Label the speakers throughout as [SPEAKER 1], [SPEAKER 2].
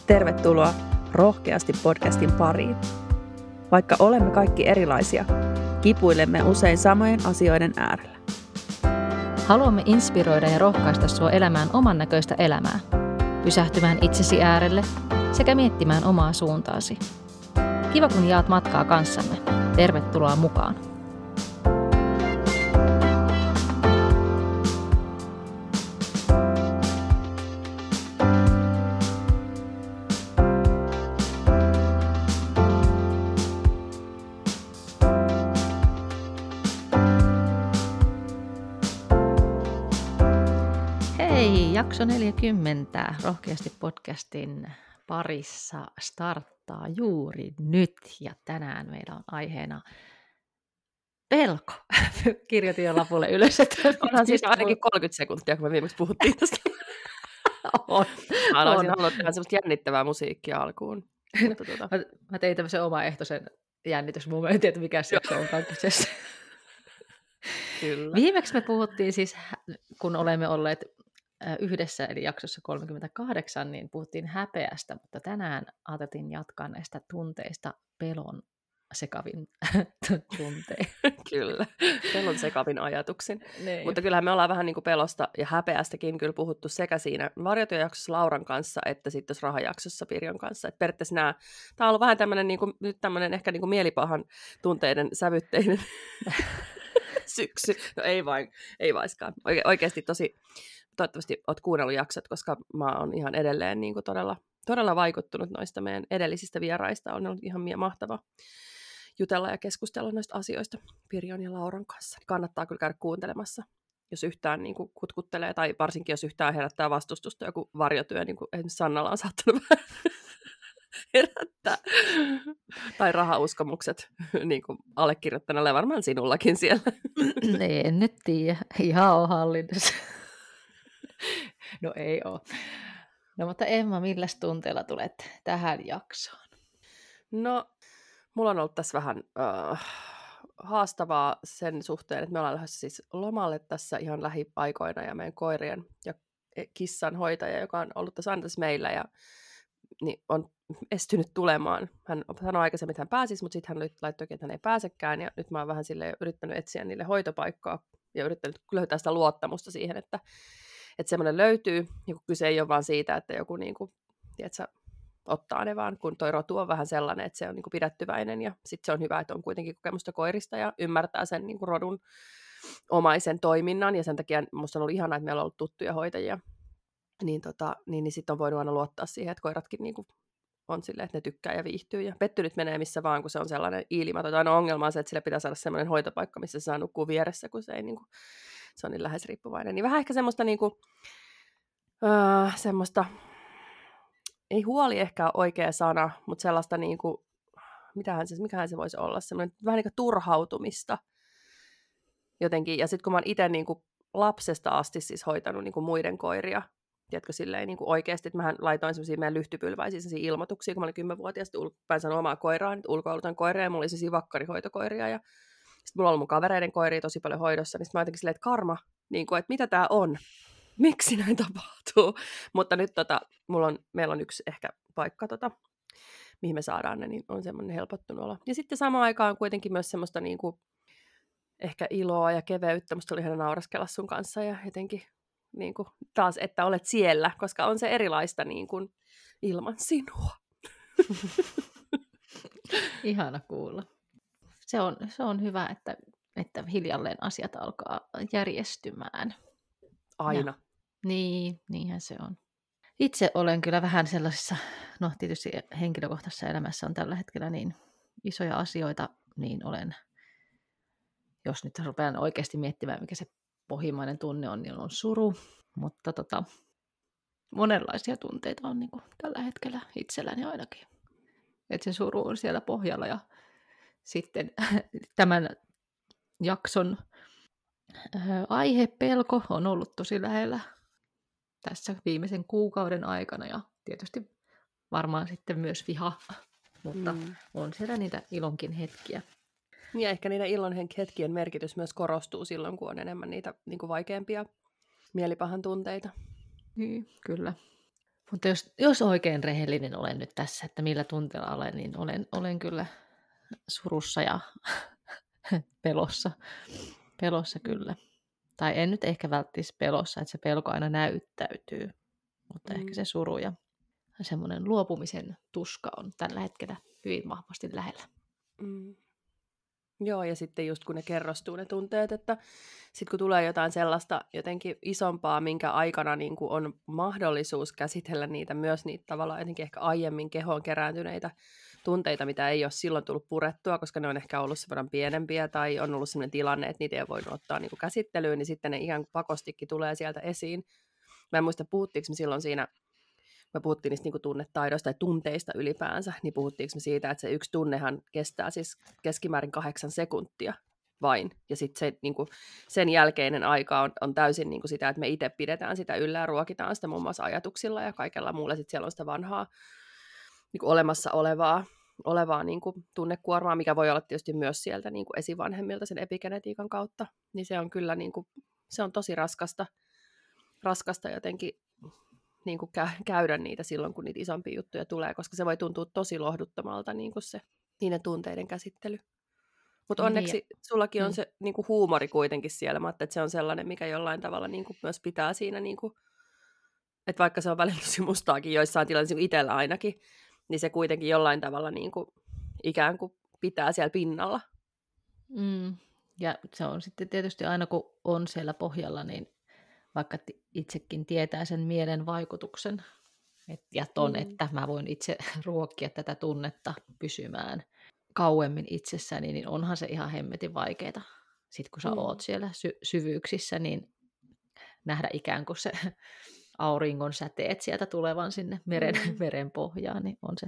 [SPEAKER 1] Tervetuloa Rohkeasti podcastin pariin. Vaikka olemme kaikki erilaisia, kipuilemme usein samojen asioiden äärellä.
[SPEAKER 2] Haluamme inspiroida ja rohkaista sinua elämään oman näköistä elämää, pysähtymään itsesi äärelle sekä miettimään omaa suuntaasi. Kiva kun jaat matkaa kanssamme. Tervetuloa mukaan. Hei, jakso 40 Rohkeasti podcastin parissa starttaa juuri nyt ja tänään meillä on aiheena pelko. Kirjoitin jo lapulle ylös, että
[SPEAKER 3] onhan siitä ainakin 30 sekuntia, kun me viimeksi puhuttiin tästä.
[SPEAKER 2] on.
[SPEAKER 3] Mä haluaisin tehdä semmoista jännittävää musiikkia alkuun.
[SPEAKER 2] Mä tein tämmöisen omaehtoisen jännitysmomentin, että mikä se onkaan kyseessä.
[SPEAKER 3] Kyllä.
[SPEAKER 2] Viimeksi me puhuttiin siis, kun olemme olleet yhdessä, eli jaksossa 38, niin puhuttiin häpeästä, mutta tänään ajateltiin jatkaa näistä tunteista pelon sekavin tuntein.
[SPEAKER 3] Kyllä, pelon sekavin ajatuksin.
[SPEAKER 2] Niin.
[SPEAKER 3] Mutta kyllähän me ollaan vähän niin kuin pelosta ja häpeästäkin kyllä puhuttu sekä siinä varjotyöjaksossa Lauran kanssa, että sitten tuossa rahajaksossa Pirjon kanssa. Et periaatteessa tämä on ollut vähän tämmöinen nyt tämmöinen ehkä niin kuin mielipahan tunteiden sävytteinen syksy. No ei vaiskaan. Oikeasti toivottavasti olet kuunnellut jaksot, koska mä oon ihan edelleen niin kuin todella vaikuttunut noista meidän edellisistä vieraista. On ollut ihan mahtava jutella ja keskustella noista asioista Pirjon ja Lauran kanssa. Kannattaa kyllä käydä kuuntelemassa, jos yhtään niin kuin kutkuttelee, tai varsinkin jos yhtään herättää vastustusta joku varjotyö, niin kuin esimerkiksi Sannalla on saattanut herättää. Tai rahauskomukset, niin kuin allekirjoittaneelle varmaan sinullakin siellä.
[SPEAKER 2] En nyt tiedä, ihan on hallinnassa. No ei ole. No mutta Emma, milläs tunteella tulet tähän jaksoon?
[SPEAKER 3] No, mulla on ollut tässä vähän haastavaa sen suhteen, että me ollaan lähdössä siis lomalle tässä ihan lähiaikoina ja meidän koirien ja kissan hoitaja, joka on ollut tässä aina tässä meillä ja niin on estynyt tulemaan. Hän sanoi aikaisemmin, että hän pääsisi, mutta sitten hän laittoikin, että hän ei pääsekään ja nyt mä oon vähän silleen yrittänyt etsiä niille hoitopaikkaa ja yrittänyt löytää sitä luottamusta siihen, että semmoinen löytyy, ja kun kyse ei ole vaan siitä, että joku niin kuin, tiedätkö, ottaa ne vaan, kun toi rotu on vähän sellainen, että se on niin kuin pidättyväinen, ja sitten se on hyvä, että on kuitenkin kokemusta koirista, ja ymmärtää sen niin kuin rodun omaisen toiminnan, ja sen takia musta on ollut ihanaa, että meillä on ollut tuttuja hoitajia, niin sitten on voinut aina luottaa siihen, että koiratkin niin kuin on silleen, että ne tykkää ja viihtyy, ja pettynyt menee missä vaan, kun se on sellainen iilimaton. Aina ongelma on se, että sille pitää saada sellainen hoitopaikka, missä se saa nukkua vieressä, kun se ei niin kuin, se on niin lähes riippuvainen. Niin vähän ehkä semmoista, niinku, semmoista, ei huoli ehkä ole oikea sana, mutta sellaista, niinku, mikähän se voisi olla, semmoinen vähän niin kuin turhautumista jotenkin. Ja sitten kun mä oon itse niinku lapsesta asti siis hoitanut niinku muiden koiria, tiedätkö, silleen niin kuin oikeasti, että mähän laitoin semmoisia meidän lyhtypylväisiä ilmoituksia, kun mä olin 10-vuotias, pääsin sanoa omaa koiraa, nyt ulkoilutan koiria, ja mulla oli semmoisia vakkarihoitokoiria, ja sitten mulla on ollut mun kavereiden koiria tosi paljon hoidossa, niin sitten mä jotenkin silleen, että karma, niin kuin, että mitä tää on, miksi näin tapahtuu, mutta nyt meillä on yksi ehkä paikka, mihin me saadaan ne, niin on semmoinen helpottunut olo. Ja sitten samaan aikaan kuitenkin myös semmoista niin kuin, ehkä iloa ja keveyttä, musta oli ihan nauraskella sun kanssa, ja jotenkin niin kuin, taas, että olet siellä, koska on se erilaista niin kuin, ilman sinua.
[SPEAKER 2] Ihana kuulla. Se on hyvä, että hiljalleen asiat alkaa järjestymään.
[SPEAKER 3] Aina.
[SPEAKER 2] Ja, niinhän se on. Itse olen kyllä vähän sellaisessa, no tietysti henkilökohtaisessa elämässä on tällä hetkellä niin isoja asioita, niin olen, jos nyt rupean oikeasti miettimään, mikä se pohjimmainen tunne on, niin on suru, mutta monenlaisia tunteita on niin kuin tällä hetkellä itselläni ainakin. Että se suru on siellä pohjalla ja sitten tämän jakson aihe pelko on ollut tosi lähellä tässä viimeisen kuukauden aikana ja tietysti varmaan sitten myös viha, mutta on siellä niitä ilonkin hetkiä.
[SPEAKER 3] Ja ehkä niiden ilon hetkien merkitys myös korostuu silloin, kun on enemmän niitä niin kuin vaikeampia mielipahan tunteita.
[SPEAKER 2] Kyllä. Mutta jos oikein rehellinen olen nyt tässä, että millä tunteella olen, niin olen kyllä surussa ja pelossa. Pelossa kyllä. Tai en nyt ehkä välttämättä pelossa, että se pelko aina näyttäytyy, mutta ehkä se suru ja semmoinen luopumisen tuska on tällä hetkellä hyvin vahvasti lähellä.
[SPEAKER 3] Joo, ja sitten just kun ne kerrostuu ne tunteet, että sitten kun tulee jotain sellaista jotenkin isompaa, minkä aikana niin kuin on mahdollisuus käsitellä niitä myös niitä tavallaan jotenkin ehkä aiemmin kehoon kerääntyneitä tunteita, mitä ei ole silloin tullut purettua, koska ne on ehkä ollut sen verran pienempiä tai on ollut sellainen tilanne, että niitä ei voinut ottaa niin kuin käsittelyyn, niin sitten ne ikään kuin pakostikin tulee sieltä esiin. Mä en muista, puhuttiinko me silloin siinä, me puhuttiin niistä niin tunnetaidoista tai tunteista ylipäänsä, niin puhuttiinko me siitä, että se yksi tunnehan kestää siis keskimäärin 8 sekuntia vain. Ja sitten se, niin sen jälkeinen aika on täysin niin sitä, että me itse pidetään sitä yllä ja ruokitaan sitä muun muassa ajatuksilla ja kaikella muulla. Sitten siellä on sitä vanhaa niin olemassa olevaa niin tunnekuormaa, mikä voi olla tietysti myös sieltä niin esivanhemmilta sen epigenetiikan kautta. Niin se on kyllä niin kuin, se on tosi raskasta jotenkin niin kuin käydä niitä silloin, kun niitä isompia juttuja tulee, koska se voi tuntua tosi lohduttomalta niin kuin se niiden tunteiden käsittely. Mutta onneksi sullakin on se niin kuin huumori kuitenkin siellä. Mä ajattelin, että se on sellainen, mikä jollain tavalla niin kuin myös pitää siinä, niin kuin, että vaikka se on välillä tosi mustaakin joissain tilanteissa, niin itsellä ainakin, niin se kuitenkin jollain tavalla niin kuin, ikään kuin pitää siellä pinnalla.
[SPEAKER 2] Ja se on sitten tietysti aina, kun on siellä pohjalla, niin vaikka itsekin tietää sen mielen vaikutuksen, ja että mä voin itse ruokkia tätä tunnetta pysymään kauemmin itsessäni, niin onhan se ihan hemmetin vaikeaa. Sitten kun sä oot siellä syvyyksissä, niin nähdä ikään kuin se auringon säteet sieltä tulevan sinne meren pohjaan, niin on se.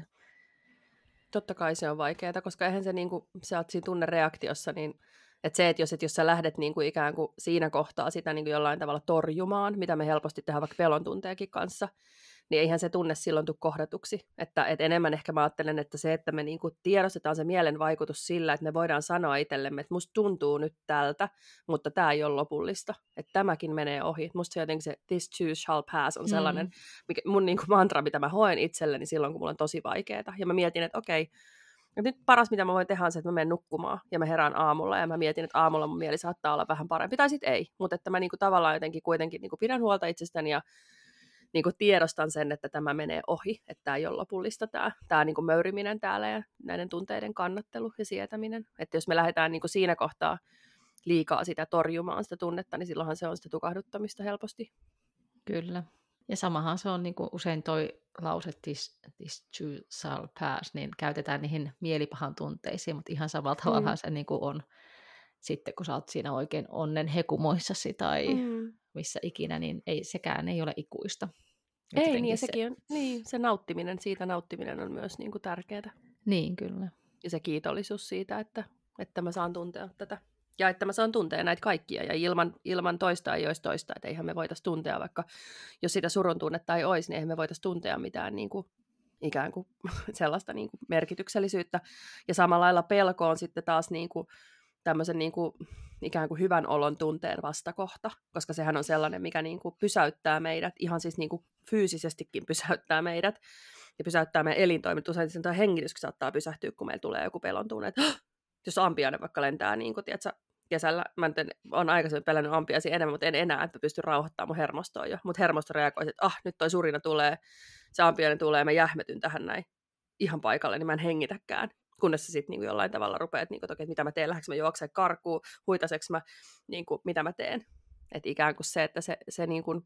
[SPEAKER 3] Totta kai se on vaikeaa, koska eihän se, niin kuin, sä oot siinä tunnereaktiossa, niin että se, että jos sä lähdet niin kuin ikään kuin siinä kohtaa sitä niin kuin jollain tavalla torjumaan, mitä me helposti tehdään vaikka pelon tunteekin kanssa, niin eihän se tunne silloin tule kohdatuksi. Että enemmän ehkä mä ajattelen, että se, että me niin kuin tiedostetaan se mielen vaikutus sillä, että me voidaan sanoa itsellemme, että musta tuntuu nyt tältä, mutta tämä ei ole lopullista. Että tämäkin menee ohi. Musta se jotenkin se this too shall pass on sellainen mun niin kuin mantra, mitä mä hoen itselleni silloin, kun mulla on tosi vaikeaa. Ja mä mietin, että okei, nyt paras, mitä mä voin tehdä, on se, että mä menen nukkumaan ja mä herään aamulla ja mä mietin, että aamulla mun mieli saattaa olla vähän parempi. Tai sitten ei, mutta että mä niinku tavallaan jotenkin kuitenkin niinku pidän huolta itsestäni ja niinku tiedostan sen, että tämä menee ohi, että tämä ei ole lopullista, tämä niinku möyriminen täällä ja näiden tunteiden kannattelu ja sietäminen. Että jos me lähdetään niinku siinä kohtaa liikaa sitä torjumaan sitä tunnetta, niin silloinhan se on sitä tukahduttamista helposti.
[SPEAKER 2] Kyllä. Ja samahan se on niin kuin usein toi lause, this too shall pass, niin käytetään niihin mielipahan tunteisiin, mutta ihan samalla tavalla se niin kuin on sitten, kun sä oot siinä oikein onnen hekumoissasi tai missä ikinä, niin sekään ei ole ikuista.
[SPEAKER 3] Ei, niin, sekin on, niin, se nauttiminen, siitä nauttiminen on myös niin kuin tärkeää.
[SPEAKER 2] Niin, kyllä.
[SPEAKER 3] Ja se kiitollisuus siitä, että mä saan tuntea tätä. Ja että mä saan tuntea näitä kaikkia, ja ilman toista ei olisi toista, että eihän me voitaisiin tuntea, vaikka jos sitä surun tunnetta ei olisi, niin eihän me voitaisiin tuntea mitään niin kuin, ikään kuin sellaista niin kuin merkityksellisyyttä. Ja samalla lailla pelko on sitten taas niin kuin, tämmöisen niin kuin, ikään kuin hyvän olon tunteen vastakohta, koska sehän on sellainen, mikä niin kuin pysäyttää meidät, ihan siis niin kuin fyysisestikin pysäyttää meidät, ja pysäyttää meidän elintoimintaa. Usein sen hengitys saattaa pysähtyä, kun meillä tulee joku pelon tunne, että jos ampiainen vaikka lentää niin kuin, tiedätkö, kesällä, mä olen aikaisemmin pelännyt ampiaisia enemmän, mutta en enää, että pystyn rauhoittamaan mun hermostoa jo. Mutta hermosto reagoi, että nyt toi surina tulee, se ampiainen tulee ja mä jähmetyn tähän näin ihan paikalle, niin mä en hengitäkään. Kunnes se sitten niin jollain tavalla rupeaa, että, että mitä mä teen, lähdekö mä juokseen karkuun, huitaseks mä, niin kuin, mitä mä teen. Että ikään kuin se, että niin kuin,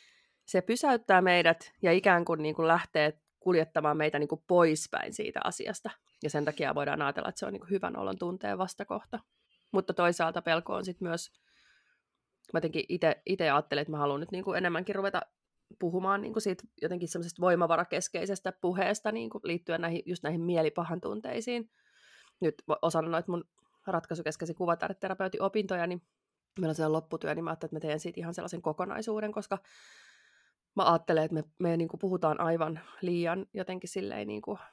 [SPEAKER 3] se pysäyttää meidät ja ikään kuin, lähtee kuljettamaan meitä niin kuin poispäin siitä asiasta. Ja sen takia voidaan ajatella, että se on niin kuin hyvän olon tunteen vastakohta. Mutta toisaalta pelko on sitten myös, mä jotenkin itse ajattelen, että mä haluan nyt niin kuin enemmänkin ruveta puhumaan niin kuin siitä jotenkin semmoisesta voimavarakeskeisestä puheesta niin kuin liittyen just näihin mielipahan tunteisiin. Nyt osana noita mun ratkaisukeskeisen kuvatarterapeutin opintoja, niin meillä on sellainen lopputyö, niin mä ajattelin, että mä teen siitä ihan sellaisen kokonaisuuden, koska mä ajattelen, että me niin kuin puhutaan aivan liian jotenkin silleen niin kuin,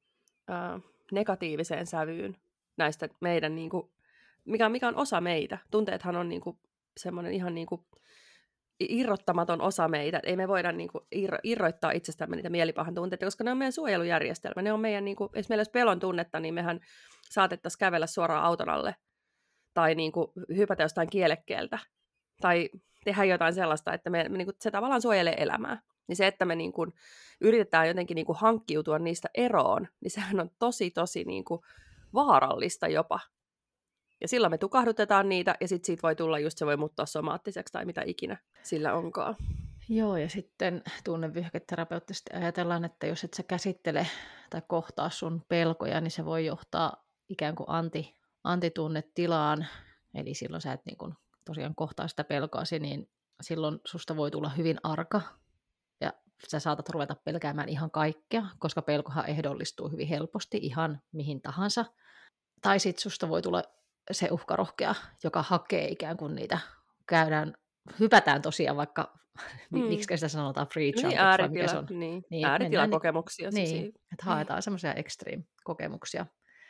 [SPEAKER 3] negatiiviseen sävyyn näistä meidän, niin kuin, mikä on osa meitä. Tunteethan on niin kuin semmoinen ihan niin kuin irrottamaton osa meitä, että ei me voida niin kuin irroittaa itsestämme niitä mielipahan tunteita, koska ne on meidän suojelujärjestelmä. Ne on meidän, niin kuin, jos meillä olisi pelon tunnetta, niin mehän saatettaisiin kävellä suoraan auton alle tai niin kuin hypätä jostain kielekkeeltä tai tehdä jotain sellaista, että me niin kuin, se tavallaan suojelee elämää. Niin se, että me niin kuin yritetään jotenkin niin kuin hankkiutua niistä eroon, niin sehän on tosi niin kuin vaarallista jopa. Ja silloin me tukahdutetaan niitä, ja sitten siitä voi tulla just se voi muuttaa somaattiseksi tai mitä ikinä sillä onkaan.
[SPEAKER 2] Joo, ja sitten tunnevyöhyketerapeuttisesti ajatellaan, että jos et sä käsittele tai kohtaa sun pelkoja, niin se voi johtaa ikään kuin antitunnetilaan. Eli silloin sä et niin kuin tosiaan kohtaa sitä pelkoasi, niin silloin susta voi tulla hyvin arka. Ja sä saatat ruveta pelkäämään ihan kaikkea, koska pelkohan ehdollistuu hyvin helposti ihan mihin tahansa. Tai sitten susta voi tulla se uhkarohkea, joka hakee ikään kuin niitä, hypätään tosiaan vaikka, miksi sitä sanotaan free jump,
[SPEAKER 3] niin, ääritila, niin, ääritilakokemuksia.
[SPEAKER 2] Niin, että haetaan semmoisia extreme-kokemuksia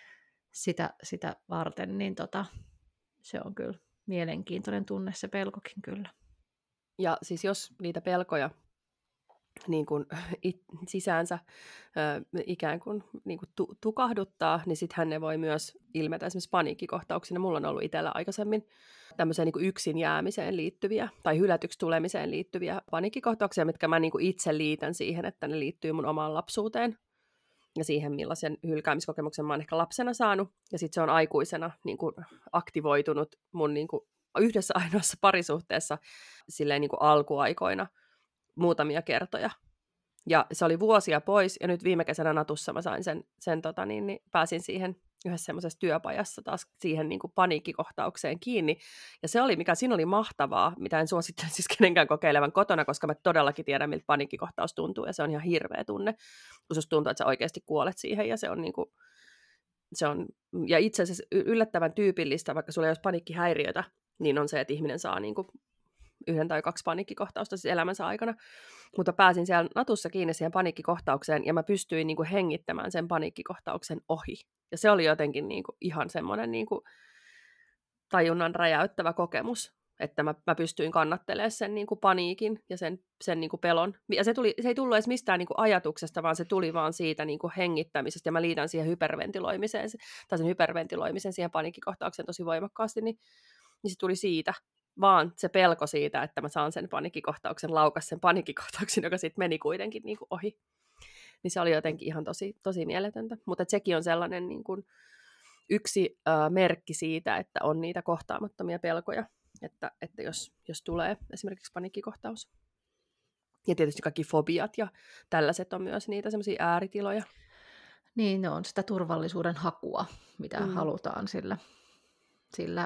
[SPEAKER 2] sitä varten, niin se on kyllä mielenkiintoinen tunne se pelkokin kyllä.
[SPEAKER 3] Ja siis jos niitä pelkoja niin kuin sisäänsä ikään kuin tukahduttaa, niin sittenhän ne voi myös ilmetä esimerkiksi paniikkikohtauksina. Mulla on ollut itsellä aikaisemmin tämmöiseen niin kuin yksin jäämiseen liittyviä tai hylätyksi tulemiseen liittyviä paniikkikohtauksia, mitkä mä niin kuin itse liitän siihen, että ne liittyy mun omaan lapsuuteen ja siihen, millaisen hylkäämiskokemuksen mä oon ehkä lapsena saanut. Ja sitten se on aikuisena niin kuin aktivoitunut mun niin kuin yhdessä ainoassa parisuhteessa silleen niin kuin alkuaikoina muutamia kertoja. Ja se oli vuosia pois, ja nyt viime kesänä Natussa mä sain niin pääsin siihen yhdessä semmoisessa työpajassa taas siihen niin kuin paniikkikohtaukseen kiinni. Ja se oli, mikä siinä oli mahtavaa, mitä en suosittele siis kenenkään kokeilevan kotona, koska mä todellakin tiedän, miltä paniikkikohtaus tuntuu, ja se on ihan hirveä tunne, kun susta tuntuu, että sä oikeasti kuolet siihen, ja se on niin kuin, ja itse asiassa yllättävän tyypillistä, vaikka sulla ei olisi paniikkihäiriötä, niin on se, että ihminen saa niin kuin 1 tai 2 paniikkikohtausta siis elämänsä aikana. Mutta pääsin siellä Natussa kiinni siihen paniikkikohtaukseen, ja mä pystyin niin kuin hengittämään sen paniikkikohtauksen ohi. Ja se oli jotenkin niin kuin ihan semmoinen niin kuin tajunnan räjäyttävä kokemus, että mä pystyin kannattelemaan sen niin kuin paniikin ja sen niin kuin pelon. Ja se ei tullut edes mistään niin kuin ajatuksesta, vaan se tuli vaan siitä niin kuin hengittämisestä, ja mä liitän siihen hyperventiloimiseen, tai sen hyperventiloimisen siihen paniikkikohtaukseen tosi voimakkaasti, niin se tuli siitä. Vaan se pelko siitä, että mä saan sen paniikkikohtauksen, laukas sen paniikkikohtauksen, joka sitten meni kuitenkin niin kuin ohi. Niin se oli jotenkin ihan tosi mieletöntä. Mutta sekin on sellainen niin kuin yksi merkki siitä, että on niitä kohtaamattomia pelkoja, että jos tulee esimerkiksi paniikkikohtaus. Ja tietysti kaikki fobiat ja tällaiset on myös niitä semmoisia ääritiloja.
[SPEAKER 2] Niin, ne on sitä turvallisuuden hakua, mitä halutaan sillä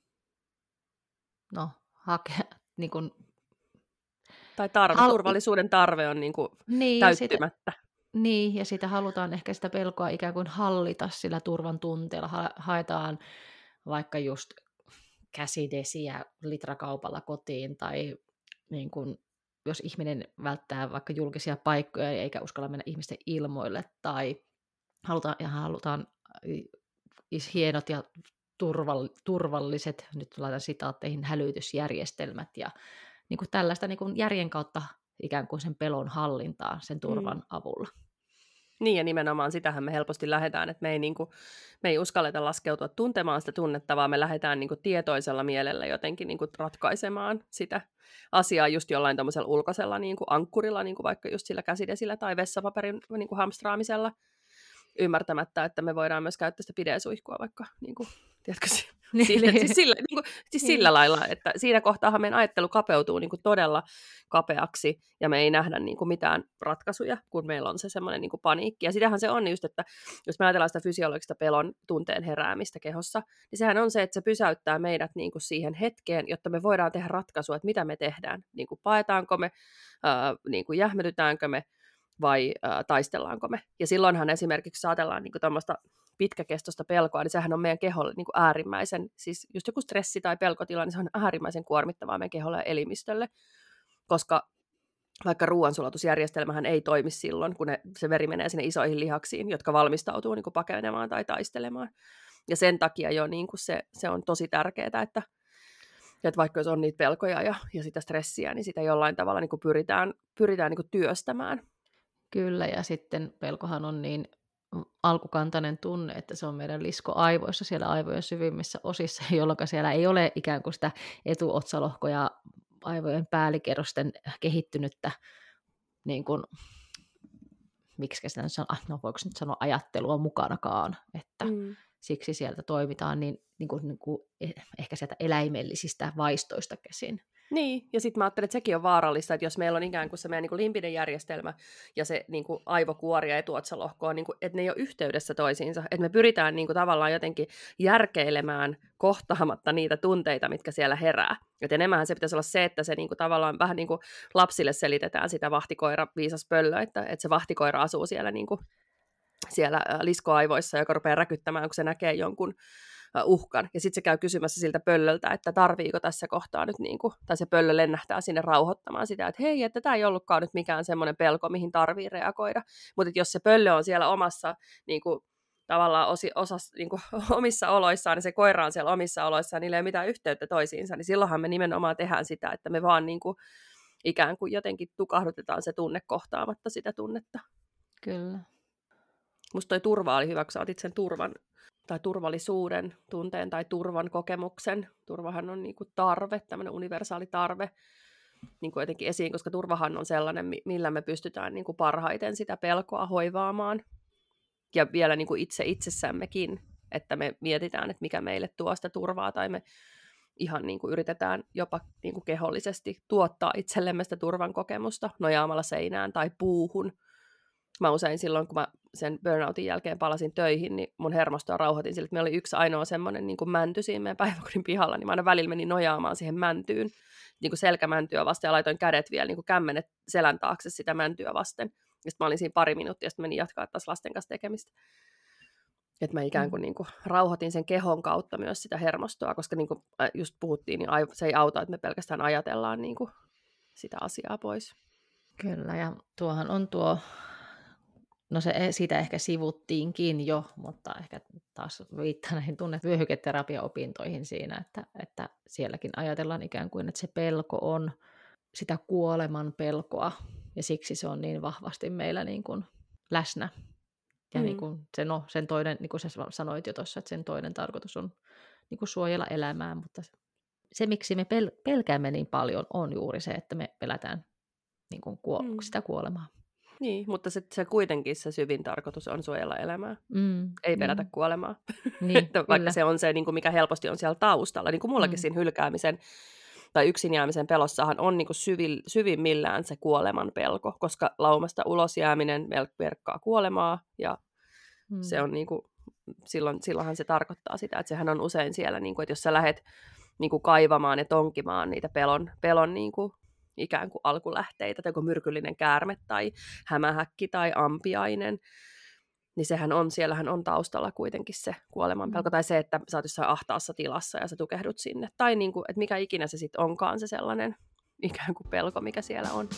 [SPEAKER 2] hakea, niin kuin,
[SPEAKER 3] tai turvallisuuden tarve on niin kuin täyttymättä.
[SPEAKER 2] Ja sitä halutaan ehkä sitä pelkoa ikään kuin hallita sillä turvan tunteella. Haetaan vaikka just käsidesiä litrakaupalla kotiin, tai niin kuin, jos ihminen välttää vaikka julkisia paikkoja eikä uskalla mennä ihmisten ilmoille, tai halutaan hienot ja turvalliset, nyt laitan sitaatteihin, hälytysjärjestelmät ja niin kuin tällaista niin kuin järjen kautta ikään kuin sen pelon hallintaa sen turvan avulla.
[SPEAKER 3] Niin, ja nimenomaan sitähän me helposti lähdetään, että me ei uskalleta laskeutua tuntemaan sitä tunnetta, vaan me lähdetään niin kuin tietoisella mielellä jotenkin niin kuin ratkaisemaan sitä asiaa just jollain tämmöisellä ulkoisella niin kuin ankkurilla, niin kuin vaikka just sillä käsidesillä tai vessapaperin niin kuin hamstraamisella, ymmärtämättä, että me voidaan myös käyttää sitä pidesuihkua vaikka, niin kuin, tiedätkö, sillä lailla, että siinä kohtaahan meidän ajattelu kapeutuu niin kuin todella kapeaksi, ja me ei nähdä niin kuin mitään ratkaisuja, kun meillä on se semmoinen niin kuin paniikki. Ja sitähän se on just, että jos me ajatellaan sitä fysiologista pelon tunteen heräämistä kehossa, niin sehän on se, että se pysäyttää meidät niin kuin siihen hetkeen, jotta me voidaan tehdä ratkaisua, että mitä me tehdään. Niin kuin paetaanko me, niin kuin jähmetytäänkö me, vai taistellaanko me. Ja silloinhan esimerkiksi ajatellaan niin kuin tämmöistä pitkäkestoista pelkoa, niin sehän on meidän keholle niin kuin äärimmäisen, siis just joku stressi tai pelkotila, niin se on äärimmäisen kuormittavaa meidän keholle ja elimistölle, koska vaikka ruoansulatusjärjestelmähän ei toimi silloin, kun se veri menee sinne isoihin lihaksiin, jotka valmistautuu niin kuin pakenemaan tai taistelemaan. Ja sen takia jo niin kuin se on tosi tärkeää, että vaikka jos on niitä pelkoja ja sitä stressiä, niin sitä jollain tavalla niin kuin pyritään niin kuin työstämään.
[SPEAKER 2] Kyllä, ja sitten pelkohan on niin alkukantainen tunne, että se on meidän liskoaivoissa, siellä aivojen syvimmissä osissa, jolloin siellä ei ole ikään kuin sitä etuotsalohkoja aivojen päällikerrosten kehittynyttä, niin kuin, miksi sitä nyt sanoa, no voiko nyt sanoa ajattelua mukanakaan, että siksi sieltä toimitaan niin kuin ehkä sieltä eläimellisistä vaistoista käsin.
[SPEAKER 3] Niin, ja sitten mä ajattelen, että sekin on vaarallista, että jos meillä on ikään kuin se meidän niin kuin limpinen järjestelmä ja se niin kuin aivokuori ja etuotsalohko on, niin kuin, että ne ei ole yhteydessä toisiinsa, että me pyritään niin kuin tavallaan jotenkin järkeilemään kohtaamatta niitä tunteita, mitkä siellä herää. Että enemmänhän se pitäisi olla se, että se niin kuin tavallaan vähän niin kuin lapsille selitetään sitä vahtikoira viisas pöllö, että se vahtikoira asuu siellä, niin kuin, siellä liskoaivoissa, joka rupeaa räkyttämään, kun se näkee jonkun uhkan. Ja sitten se käy kysymässä siltä pöllöltä, että tarviiko tässä kohtaa nyt, niin kuin, tai se pöllö lennähtää sinne rauhoittamaan sitä, että hei, että tämä ei ollutkaan nyt mikään semmoinen pelko, mihin tarvii reagoida. Mutta jos se pöllö on siellä omassa, niin kuin, tavallaan niin kuin, omissa oloissaan, niin se koira on siellä omissa oloissaan, niillä ei ole mitään yhteyttä toisiinsa, niin silloinhan me nimenomaan tehdään sitä, että me vaan niin kuin, ikään kuin jotenkin tukahdutetaan se tunne kohtaamatta sitä tunnetta.
[SPEAKER 2] Kyllä.
[SPEAKER 3] Musta toi turva oli hyvä, kun sä otit sen turvan, tai turvallisuuden tunteen tai turvan kokemuksen. Turvahan on niin kuin tarve, tämmöinen universaali tarve niin kuin jotenkin esiin, koska turvahan on sellainen, millä me pystytään niin kuin parhaiten sitä pelkoa hoivaamaan. Ja vielä niin kuin itse itsessämmekin, että me mietitään, että mikä meille tuo sitä turvaa, tai me ihan niin kuin yritetään jopa niin kuin kehollisesti tuottaa itsellemme sitä turvan kokemusta nojaamalla seinään tai puuhun. Mä usein silloin, kun mä sen burnoutin jälkeen palasin töihin, niin mun hermostoa rauhoitin sille, että meillä oli yksi ainoa semmoinen niin kuin mänty siinä meidän päiväkodin pihalla, niin mä aina välillä menin nojaamaan siihen mäntyyn, niin kuin selkämäntyä vasten, ja laitoin kädet vielä niin kuin kämmenet selän taakse sitä mäntyä vasten. Ja sitten mä olin siinä pari minuuttia, ja sitten menin jatkaa taas lasten kanssa tekemistä. Että mä ikään kuin, rauhoitin sen kehon kautta myös sitä hermostoa, koska niin kuin just puhuttiin, niin se ei auta, että me pelkästään ajatellaan niin kuin sitä asiaa pois.
[SPEAKER 2] Kyllä, ja tuohan on tuo... No siitä ehkä sivuttiinkin jo, mutta ehkä taas viittaa näihin tunnevyöhyketerapiaopintoihin siinä, että sielläkin ajatellaan ikään kuin, että se pelko on sitä kuoleman pelkoa, ja siksi se on niin vahvasti meillä niin kuin läsnä. Ja niin kuin sen toinen, niin kuin sä sanoit jo tuossa, että sen toinen tarkoitus on niin kuin suojella elämää, mutta se miksi me pelkäämme niin paljon, on juuri se, että me pelätään niin kuin sitä kuolemaa.
[SPEAKER 3] Niin, mutta se kuitenkin se syvin tarkoitus on suojella elämää. Ei pelätä kuolemaa.
[SPEAKER 2] Niin,
[SPEAKER 3] vaikka se on se, niin kuin mikä helposti on siellä taustalla. Niin kuin mullakin siinä hylkäämisen tai yksin jäämisen pelossahan on niin kuin syvimmillään se kuoleman pelko, koska laumasta ulos jääminen merkkaa kuolemaa, ja se on niin kuin, silloinhan se tarkoittaa sitä, että sehän on usein siellä, niin kuin, että jos sä lähdet niin kuin kaivamaan ja tonkimaan niitä pelon niin kuin, ikään kuin alkulähteitä, tai myrkyllinen käärme tai hämähäkki tai ampiainen, niin siellähän on taustalla kuitenkin se kuolemanpelko, tai se, että sä oot jossain ahtaassa tilassa ja sä tukehdut sinne, tai niin kuin, että mikä ikinä se sitten onkaan se sellainen ikään kuin pelko, mikä siellä on.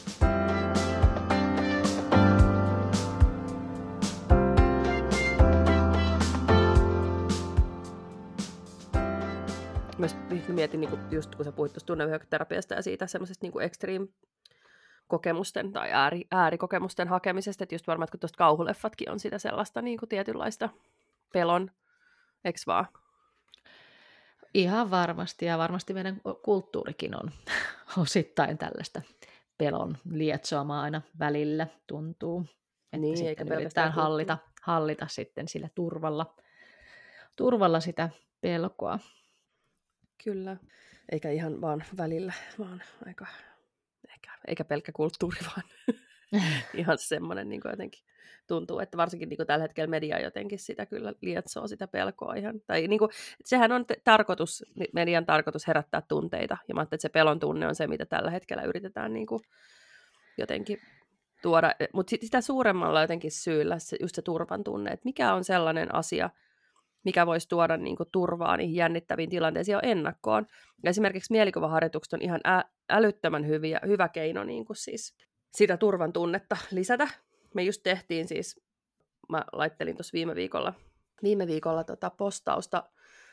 [SPEAKER 3] Mä mietin, niin kuin just kun sä puhuit tuosta tunnevyöhyketerapiasta ja siitä semmoisesta niin kuin extreme-kokemusten tai äärikokemusten hakemisesta, että just varmaan, että kun tuosta kauhuleffatkin on sitä sellaista niin kuin tietynlaista pelon, eks vaan?
[SPEAKER 2] Ihan varmasti, ja varmasti meidän kulttuurikin on osittain tällaista pelon lietsoamaa aina välillä, tuntuu. Että
[SPEAKER 3] niin,
[SPEAKER 2] sitten yritetään hallita sitten sillä turvalla sitä pelkoa.
[SPEAKER 3] Kyllä, eikä ihan vaan välillä, vaan eikä pelkkä kulttuuri, vaan ihan semmoinen niin jotenkin tuntuu, että varsinkin niin tällä hetkellä media jotenkin sitä kyllä lietsoo sitä pelkoa ihan. Tai niin kuin, sehän on median tarkoitus herättää tunteita, ja mä ajattelin, että se pelon tunne on se, mitä tällä hetkellä yritetään niin kuin jotenkin tuoda, mutta sitä suuremmalla jotenkin syyllä just se turvan tunne, että mikä on sellainen asia, mikä voisi tuoda niin kuin turvaa niihin jännittäviin tilanteisiin jo ennakkoon. Ja esimerkiksi mielikuvaharjoitukset on ihan älyttömän hyvä keino niin kuin siis sitä turvan tunnetta lisätä. Me just tehtiin siis, mä laittelin tuossa viime viikolla postausta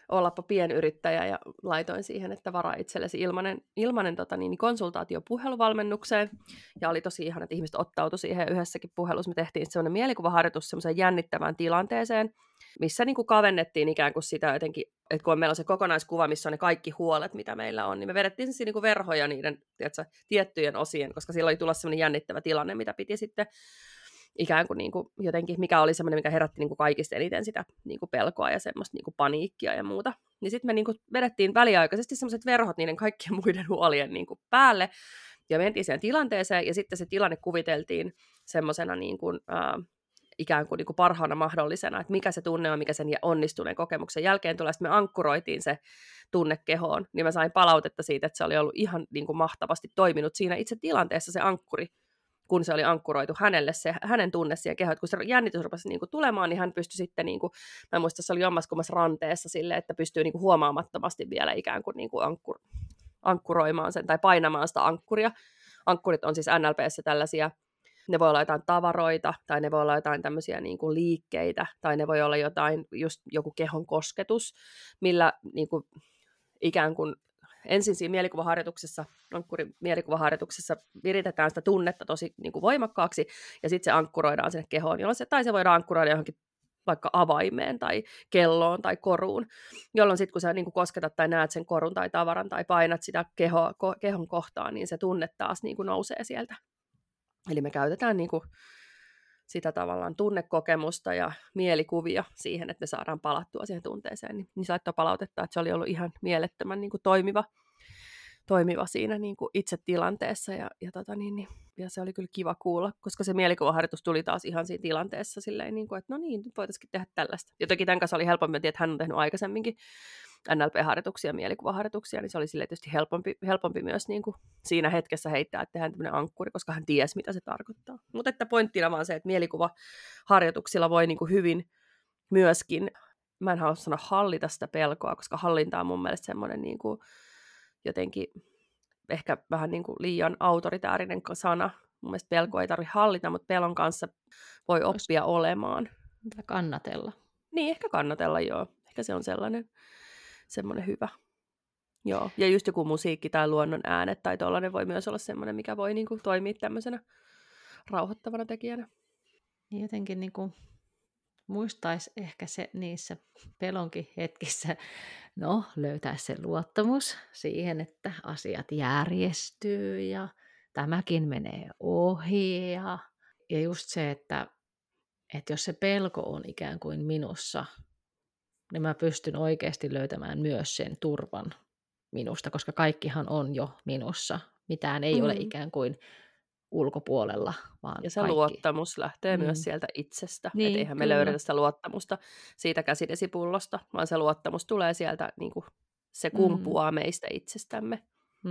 [SPEAKER 3] ollapa pienyrittäjä ja laitoin siihen, että varaa itsellesi ilmanen konsultaatio puheluvalmennukseen. Ja oli tosi ihana, että ihmiset ottautui siihen yhdessäkin puhelussa. Me tehtiin semmoinen mielikuvaharjoitus semmoiseen jännittävään tilanteeseen, missä niin kuin kavennettiin ikään kuin sitä jotenkin, että kun meillä on se kokonaiskuva, missä on ne kaikki huolet, mitä meillä on, niin me vedettiin niin kuin verhoja niiden tiettyjen osien, koska silloin oli tulla semmoinen jännittävä tilanne, mitä piti sitten ikään kuin, jotenkin, mikä oli semmoinen, mikä herätti niin kuin kaikista eniten sitä niin kuin pelkoa ja semmoista niin kuin paniikkia ja muuta. Niin sitten me niin kuin vedettiin väliaikaisesti semmoiset verhot niiden kaikkien muiden huolien niin kuin päälle, ja mentiin siihen tilanteeseen, ja sitten se tilanne kuviteltiin semmoisena niin kuin, ikään kuin, parhaana mahdollisena, että mikä se tunne on, mikä sen onnistuneen kokemuksen jälkeen tulee. Sitten me ankkuroitiin se tunne kehoon, niin mä sain palautetta siitä, että se oli ollut ihan niin kuin mahtavasti toiminut siinä itse tilanteessa se ankkuri, kun se oli ankkuroitu hänelle, se hänen tunne siihen kehoon. Kun se jännitys rupesi niin kuin tulemaan, niin hän pystyi sitten, niin kuin, mä en muista, se oli jommaskummassa ranteessa silleen, että pystyy niin kuin huomaamattomasti vielä ikään kuin, ankkuroimaan sen tai painamaan sitä ankkuria. Ankkurit on siis NLP:ssä tällaisia, ne voi olla jotain tavaroita, tai ne voi olla jotain tämmöisiä niin kuin liikkeitä, tai ne voi olla jotain, just joku kehon kosketus, millä niin kuin, ikään kuin ensin siinä mielikuvaharjoituksessa, ankkurin mielikuvaharjoituksessa viritetään sitä tunnetta tosi niin kuin voimakkaaksi, ja sitten se ankkuroidaan sinne kehoon, tai se voidaan ankkuroida johonkin vaikka avaimeen tai kelloon tai koruun, jolloin sitten kun sä niin kuin kosketat tai näet sen korun tai tavaran tai painat sitä kehon kohtaan, niin se tunne taas niin kuin nousee sieltä. Eli me käytetään niin kuin sitä tavallaan tunnekokemusta ja mielikuvia siihen, että me saadaan palattua siihen tunteeseen. Niin se laittoi palautetta, että se oli ollut ihan mielettömän niin kuin toimiva siinä niin kuin itse tilanteessa. Ja se oli kyllä kiva kuulla, koska se mielikuvaharjoitus tuli taas ihan siinä tilanteessa silleen, niin kuin, että no niin, nyt voitaisiin tehdä tällaista. Jotenkin tämän kanssa oli helpompi, että hän on tehnyt aikaisemminkin NLP-harjoituksia, mielikuvaharjoituksia, niin se oli silleen tietysti helpompi myös niin kuin siinä hetkessä heittää, että tehdään tämmöinen ankkuri, koska hän tiesi, mitä se tarkoittaa. Mutta että pointtina vaan se, että mielikuvaharjoituksilla voi niin kuin hyvin myöskin, mä en halua sanoa hallita sitä pelkoa, koska hallinta on mun mielestä semmoinen niin kuin jotenkin ehkä vähän niin kuin liian autoritäärinen sana. Mun mielestä pelko ei tarvitse hallita, mutta pelon kanssa voi oppia olemaan.
[SPEAKER 2] Kannatella.
[SPEAKER 3] Niin, ehkä kannatella, joo. Ehkä se on semmoinen hyvä. Joo. Ja just joku musiikki tai luonnon äänet tai tollainen voi myös olla semmoinen, mikä voi niin kuin toimia tämmöisenä rauhoittavana tekijänä.
[SPEAKER 2] Jotenkin niin kuin muistaisi ehkä se niissä pelonkin hetkissä, löytää se luottamus siihen, että asiat järjestyy ja tämäkin menee ohi. Ja just se, että jos se pelko on ikään kuin minussa, niin mä pystyn oikeasti löytämään myös sen turvan minusta, koska kaikkihan on jo minussa. Mitään ei ole ikään kuin ulkopuolella, vaan
[SPEAKER 3] ja se
[SPEAKER 2] kaikki.
[SPEAKER 3] Luottamus lähtee myös sieltä itsestä.
[SPEAKER 2] Niin,
[SPEAKER 3] eihän me löydetä sitä luottamusta siitä käsidesipullosta, vaan se luottamus tulee sieltä, niin kuin se kumpuaa meistä itsestämme.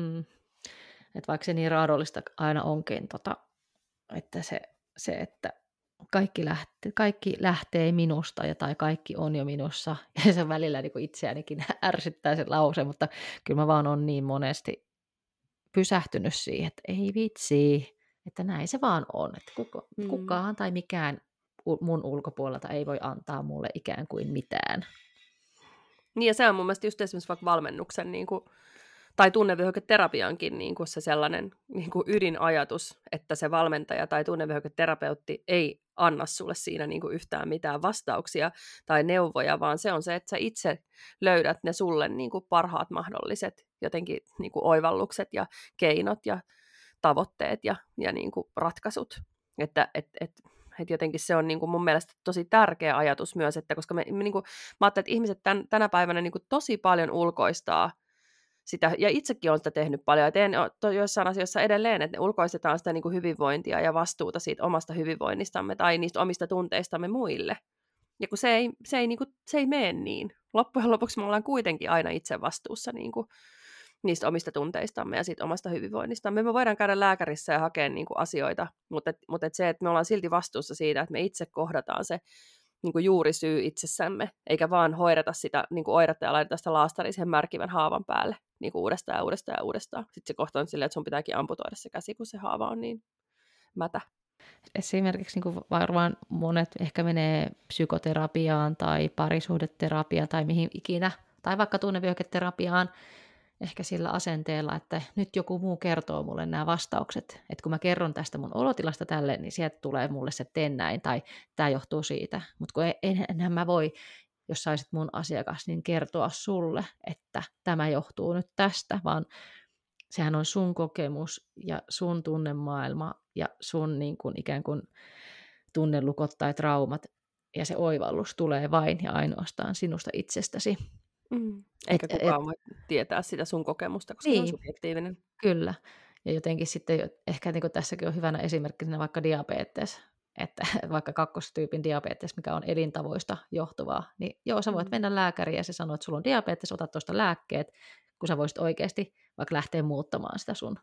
[SPEAKER 2] Et vaikka se niin raadollista aina onkin, että se että kaikki lähtee minusta tai kaikki on jo minussa. Ja se välillä niin kuin itseänikin ärsyttää se lause, mutta kyllä mä vaan on niin monesti pysähtynyt siihen, että ei vitsi, että näin se vaan on. Että kukaan tai mikään mun ulkopuolelta ei voi antaa mulle ikään kuin mitään.
[SPEAKER 3] Niin ja se on mun mielestä just esimerkiksi vaikka valmennuksen niin kuin, tai tunnevyöhyketerapiankin niin kuin se sellainen niin kuin ydinajatus, että se valmentaja tai tunnevyöhyketerapeutti ei anna sulle siinä niin kuin yhtään mitään vastauksia tai neuvoja, vaan se on se, että sä itse löydät ne sulle niin kuin parhaat mahdolliset jotenkin niin kuin oivallukset ja keinot ja tavoitteet ja niin kuin ratkaisut. Että jotenkin se on niin kuin mun mielestä tosi tärkeä ajatus myös, että koska mä ajattelen, että ihmiset tänä päivänä niin kuin tosi paljon ulkoistaa sitä, ja itsekin olen sitä tehnyt paljon, ja teen joissain asioissa edelleen, että ulkoistetaan sitä niin kuin hyvinvointia ja vastuuta siitä omasta hyvinvoinnistamme tai niistä omista tunteistamme muille. Ja kun se ei mene niin. Loppujen lopuksi me ollaan kuitenkin aina itse vastuussa niin kuin niistä omista tunteistamme ja siitä omasta hyvinvoinnistamme. Me voidaan käydä lääkärissä ja hakea niin kuin asioita, mutta se, että me ollaan silti vastuussa siitä, että me itse kohdataan se niin kuin juurisyy itsessämme, eikä vaan hoideta sitä niin kuin oiretta ja laiteta sitä laastaria sen märkivän haavan päälle niin kuin uudestaan ja uudestaan ja uudestaan. Sitten se kohta on silleen, että sun pitääkin amputoida se käsi, kun se haava on niin mätä.
[SPEAKER 2] Esimerkiksi niin kuin varmaan monet ehkä menee psykoterapiaan tai parisuhdeterapiaan tai mihin ikinä Tai vaikka tunnevyöhyketerapiaan ehkä sillä asenteella, että nyt joku muu kertoo mulle nämä vastaukset. Että kun mä kerron tästä mun olotilasta tälle, niin sieltä tulee mulle se teen näin, tai tämä johtuu siitä. Mutta kun enhän mä voi, jos saisit mun asiakas, niin kertoa sulle, että tämä johtuu nyt tästä, vaan sehän on sun kokemus ja sun tunnemaailma ja sun niin kuin ikään kuin tunnelukot tai traumat, ja se oivallus tulee vain ja ainoastaan sinusta itsestäsi.
[SPEAKER 3] Eikä kukaan voi tietää sitä sun kokemusta, koska se on subjektiivinen.
[SPEAKER 2] Kyllä. Ja jotenkin sitten ehkä niin kuin tässäkin on hyvänä esimerkkinä vaikka diabetes, että vaikka kakkostyypin diabetes, mikä on elintavoista johtuvaa, niin joo, sä voit mennä lääkäriin ja se sanoo, että sulla on diabetes, ota tuosta lääkkeet, kun sä voisit oikeasti vaikka lähteä muuttamaan sitä sun.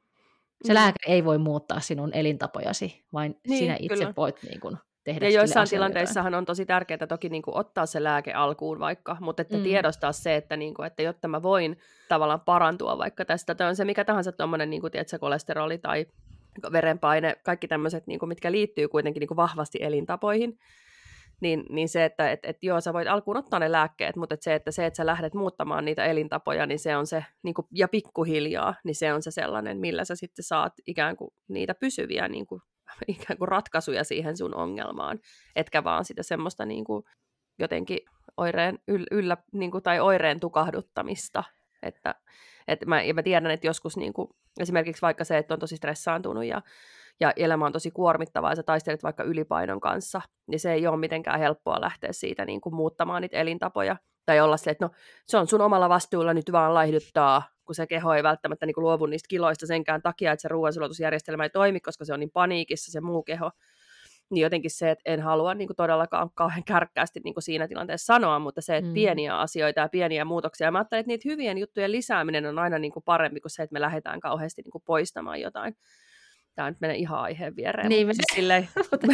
[SPEAKER 2] Se lääkäri ei voi muuttaa sinun elintapojasi, vaan sinä itse kyllä voit niin kuin tehdä.
[SPEAKER 3] Ja joissain tilanteissahan on tosi tärkeää toki niin kuin ottaa se lääke alkuun vaikka, mutta että tiedostaa se, että, niin kuin, että jotta mä voin tavallaan parantua vaikka tästä, tai on se mikä tahansa tuommoinen niin kuin, tiedätkö, kolesteroli tai verenpaine, kaikki tämmöiset, niin kuin, mitkä liittyy kuitenkin niin kuin vahvasti elintapoihin, niin se, että joo, sä voit alkuun ottaa ne lääkkeet, mutta että sä lähdet muuttamaan niitä elintapoja, niin se on se, niin kuin, ja pikkuhiljaa, niin se on se sellainen, millä sä sitten saat ikään kuin niitä pysyviä niin kuin, ikään kuin ratkaisuja siihen sun ongelmaan, etkä vaan sitä semmoista niin kuin, jotenkin oireen niin kuin, tai oireen tukahduttamista. Että mä tiedän, että joskus niin kuin, esimerkiksi vaikka se, että on tosi stressaantunut ja elämä on tosi kuormittavaa ja sä taistelet vaikka ylipainon kanssa, niin se ei ole mitenkään helppoa lähteä siitä niin kuin, muuttamaan niitä elintapoja. Tai olla se, että no se on sun omalla vastuulla nyt vaan laihduttaa, kun se keho ei välttämättä niin kuin luovu niistä kiloista senkään takia, että se ruoansulatusjärjestelmä ei toimi, koska se on niin paniikissa se muu keho. Niin jotenkin se, että en halua niin kuin todellakaan kauhean kärkkäästi niin kuin siinä tilanteessa sanoa, mutta se, että pieniä asioita ja pieniä muutoksia. Ja mä ajattelen, että niitä hyvien juttujen lisääminen on aina niin kuin parempi kuin se, että me lähdetään kauheasti niin kuin poistamaan jotain. Tämä nyt menee ihan aiheen viereen.
[SPEAKER 2] Niin,
[SPEAKER 3] mutta siis silleen,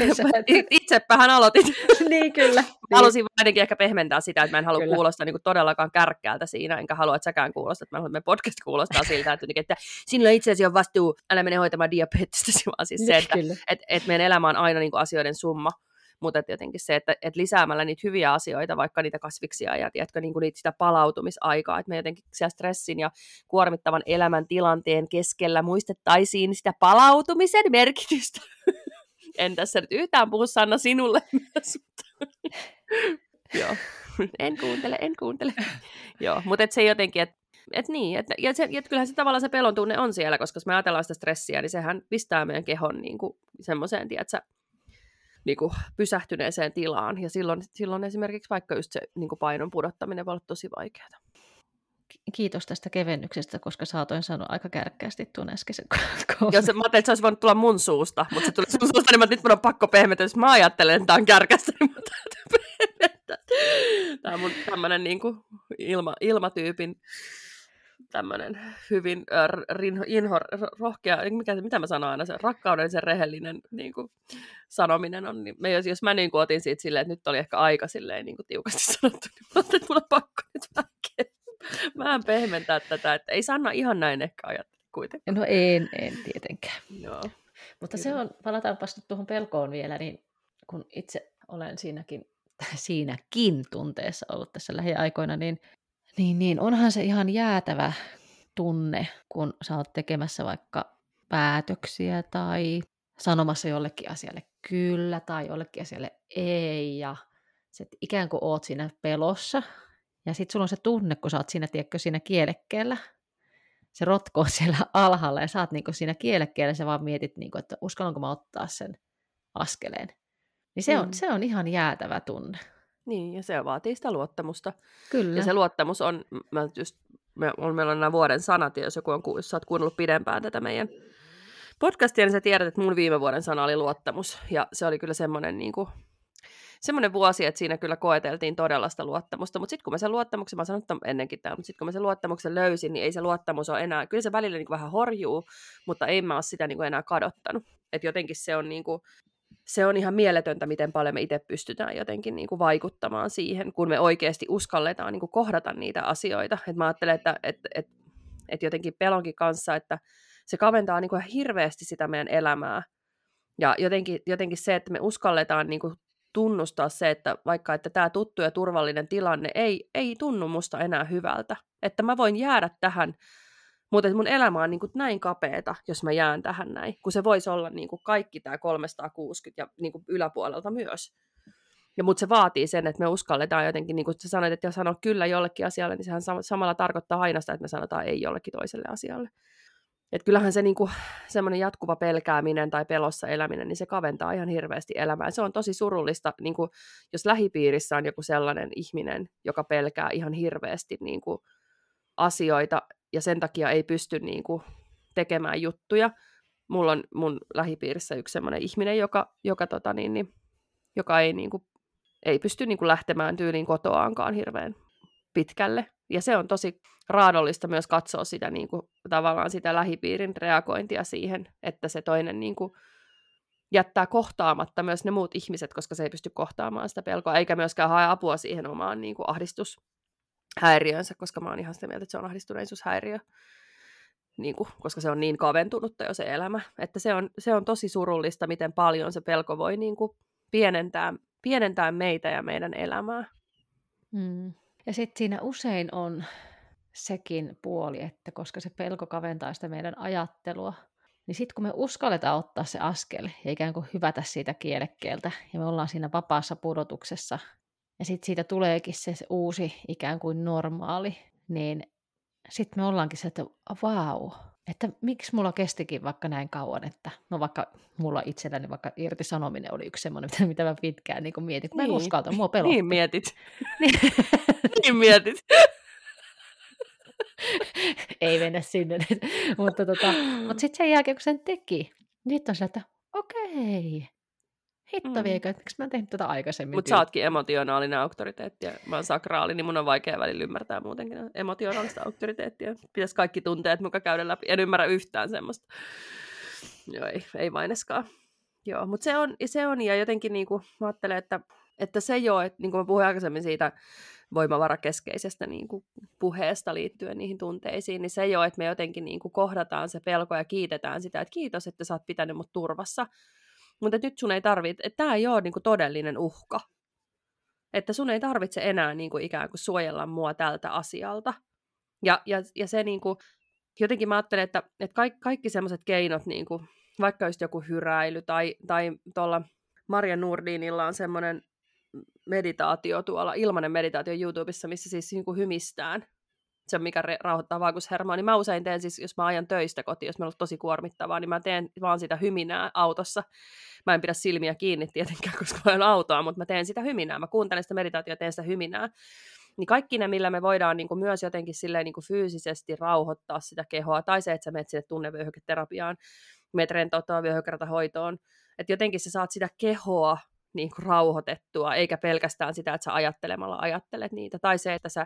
[SPEAKER 3] itsepähän aloitit.
[SPEAKER 2] Niin, kyllä.
[SPEAKER 3] Halusin ainakin ehkä pehmentää sitä, että mä en halua kuulostaa niin kuin todellakaan kärkkäältä siinä, enkä halua, että säkään kuulostat. Että mä haluan, että meidän podcast kuulostaa siltä, että sinulla itse asiassa on vastuu, älä mene hoitamaan diabetesta, vaan siis se, että meidän elämä on aina niin kuin asioiden summa. Mutta jotenkin se, että lisäämällä niitä hyviä asioita, vaikka niitä kasviksia ja tiedätkö, niin kuin niitä sitä palautumisaikaa, että me jotenkin siellä stressin ja kuormittavan elämäntilanteen keskellä muistettaisiin sitä palautumisen merkitystä. En tässä nyt yhtään puhu, Sanna, sinulle myös. Joo, en kuuntele. Joo, mutta se jotenkin, että kyllähän se tavallaan se pelon tunne on siellä, koska jos me ajatellaan sitä stressiä, niin sehän pistää meidän kehon niin kuin semmoiseen, tiedätkö, niin kuin pysähtyneeseen tilaan, ja silloin esimerkiksi vaikka just se niin kuin painon pudottaminen voi olla tosi vaikeaa.
[SPEAKER 2] Kiitos tästä kevennyksestä, koska saatoin sanoa aika kärkkäästi tuon äskeisen
[SPEAKER 3] Jos mä ajattelin, että se olisi voinut tulla mun suusta, mutta se tuli sun suusta, niin nyt mun on pakko pehmetä, jos mä ajattelen, että tämä on kärkästä, niin mun täytyy pehmetä. Tämä on mun tämmöinen niin kuin ilmatyypin tämmöinen hyvin rohkea, mitä mä sanon aina, se rakkaudellisen rehellinen niin kuin, sanominen on. Niin jos mä niin kuin, otin siitä silleen, että nyt oli ehkä aika silleen, niin kuin, tiukasti sanottu, niin mä ajattelin, että mulla on pakko nyt vähän pehmentää tätä, että ei Sanna ihan näin ehkä ajattele kuitenkaan.
[SPEAKER 2] No en tietenkään.
[SPEAKER 3] Joo.
[SPEAKER 2] Mutta se on, palataanpas nyt tuohon pelkoon vielä, niin kun itse olen siinäkin tunteessa ollut tässä lähiaikoina, niin onhan se ihan jäätävä tunne, kun sä oot tekemässä vaikka päätöksiä tai sanomassa jollekin asialle kyllä tai jollekin asialle ei, ja sit ikään kuin oot siinä pelossa, ja sit sulla on se tunne, kun sä oot siinä kielekkeellä, se rotko on siellä alhaalla, ja sä oot niinku siinä kielekkeellä, sä vaan mietit, niinku, että uskallanko mä ottaa sen askeleen. Niin se on ihan jäätävä tunne.
[SPEAKER 3] Niin, ja se vaatii sitä luottamusta.
[SPEAKER 2] Kyllä.
[SPEAKER 3] Ja se luottamus on, meillä on nämä vuoden sanat, ja jos sä oot kuunnellut pidempään tätä meidän podcastia, niin sä tiedät, että mun viime vuoden sana oli luottamus. Ja se oli kyllä semmoinen vuosi, että siinä kyllä koeteltiin todella sitä luottamusta. Mutta sitten kun mä sen luottamuksen, mä sanon ennenkin täällä, mutta sitten kun mä sen luottamuksen löysin, niin ei se luottamus ole enää, kyllä se välillä niin vähän horjuu, mutta ei mä ole sitä niin enää kadottanut. Että jotenkin se on ihan mieletöntä, miten paljon me itse pystytään jotenkin niin kuin vaikuttamaan siihen, kun me oikeasti uskalletaan niin kuin kohdata niitä asioita. Et mä ajattelen, että jotenkin pelonkin kanssa, että se kaventaa niin kuin hirveästi sitä meidän elämää. Ja jotenkin se, että me uskalletaan niin kuin tunnustaa se, että vaikka että tämä tuttu ja turvallinen tilanne ei tunnu musta enää hyvältä. Että mä voin jäädä tähän, mutta mun elämä on niin kuin näin kapeeta, jos mä jään tähän näin. Kun se voisi olla niin kuin kaikki tämä 360 ja niin kuin yläpuolelta myös. Mutta se vaatii sen, että me uskalletaan jotenkin, niin kuin sä sanoit, että jos sanoo kyllä jollekin asialle, niin sehän samalla tarkoittaa aina sitä, että me sanotaan ei jollekin toiselle asialle. Että kyllähän se niinku, semmoinen jatkuva pelkääminen tai pelossa eläminen, niin se kaventaa ihan hirveästi elämää. Se on tosi surullista, niinku, jos lähipiirissä on joku sellainen ihminen, joka pelkää ihan hirveästi niinku, asioita ja sen takia ei pysty niinku, tekemään juttuja. Mulla on mun lähipiirissä yksi sellainen ihminen, joka ei, niinku, ei pysty niinku, lähtemään tyyliin kotoaankaan hirveän pitkälle. Ja se on tosi raadollista myös katsoa sitä, niin kuin, tavallaan sitä lähipiirin reagointia siihen, että se toinen niin kuin, jättää kohtaamatta myös ne muut ihmiset, koska se ei pysty kohtaamaan sitä pelkoa, eikä myöskään hae apua siihen omaan niin kuin, ahdistushäiriönsä, koska mä oon ihan sitä mieltä, että se on ahdistuneisuushäiriö, niin kuin, koska se on niin kaventunutta jo se elämä. Että se on tosi surullista, miten paljon se pelko voi niin kuin, pienentää meitä ja meidän elämää.
[SPEAKER 2] Mm. Ja sitten siinä usein on sekin puoli, että koska se pelko kaventaa sitä meidän ajattelua, niin sitten kun me uskalletaan ottaa se askel ja ikään kuin hyvätä siitä kielekkeeltä, ja me ollaan siinä vapaassa pudotuksessa, ja sitten siitä tuleekin se uusi ikään kuin normaali, niin sitten me ollaankin se, että vau, että miksi mulla kestikin vaikka näin kauan, että no vaikka mulla itselläni vaikka irtisanominen oli yksi semmoinen, mitä mä pitkään niin mietin, kun mä en uskalta, mua pelotti.
[SPEAKER 3] Niin mietit. Niin mietit.
[SPEAKER 2] Ei mennä sinne nyt. Mutta sitten sen jälkeen, kun sen teki, niin sitten on sillä, että okei, hitto viekö, että miksi mä en tehnyt tätä aikaisemmin.
[SPEAKER 3] Mutta sä ootkin emotionaalinen auktoriteetti ja mä oon sakraali, niin mun on vaikea välillä ymmärtää muutenkin emotionaalista auktoriteettia. Pitäisi kaikki tunteet mukaan käydä läpi. En ymmärrä yhtään semmoista. Joo, ei maineskaan. Joo, mutta se on ja jotenkin niinku, mä ajattelen, että se jo, että niin kuin mä puhuin aikaisemmin siitä voimavarakeskeisestä niin kuin puheesta liittyen niihin tunteisiin, niin se jo, että me jotenkin niin kuin kohdataan se pelko ja kiitetään sitä, että kiitos, että sä oot pitänyt mut turvassa. Mutta nyt sun ei tarvitse, että tämä ei ole niin kuin todellinen uhka. Että sun ei tarvitse enää niin kuin ikään kuin suojella mua tältä asialta. Ja se niin kuin, jotenkin mä ajattelen, että kaikki sellaiset keinot, niin kuin, vaikka just joku hyräily tai tuolla Marja Nurdinilla on semmoinen meditaatio tuolla, ilmainen meditaatio YouTubessa, missä siis niin kuin hymistään. Se on mikä rauhoittaa vaagushermoa. Niin mä usein teen siis, jos mä ajan töistä kotiin, jos meillä on tosi kuormittavaa, niin mä teen vaan sitä hyminää autossa. Mä en pidä silmiä kiinni tietenkään, koska mä olen autoa, mutta mä teen sitä hyminää. Mä kuuntelen sitä meditaatiota, teen sitä hyminää. Niin kaikki ne, millä me voidaan niin kuin myös jotenkin silleen, niin kuin fyysisesti rauhoittaa sitä kehoa, tai se, että sä menet sinne tunnevyöhyketerapiaan, menet rentouttamaan vyöhykertahoitoon, että jotenkin sä saat sitä kehoa niin kuin rauhoitettua, eikä pelkästään sitä, että sä ajattelemalla ajattelet niitä, tai se, että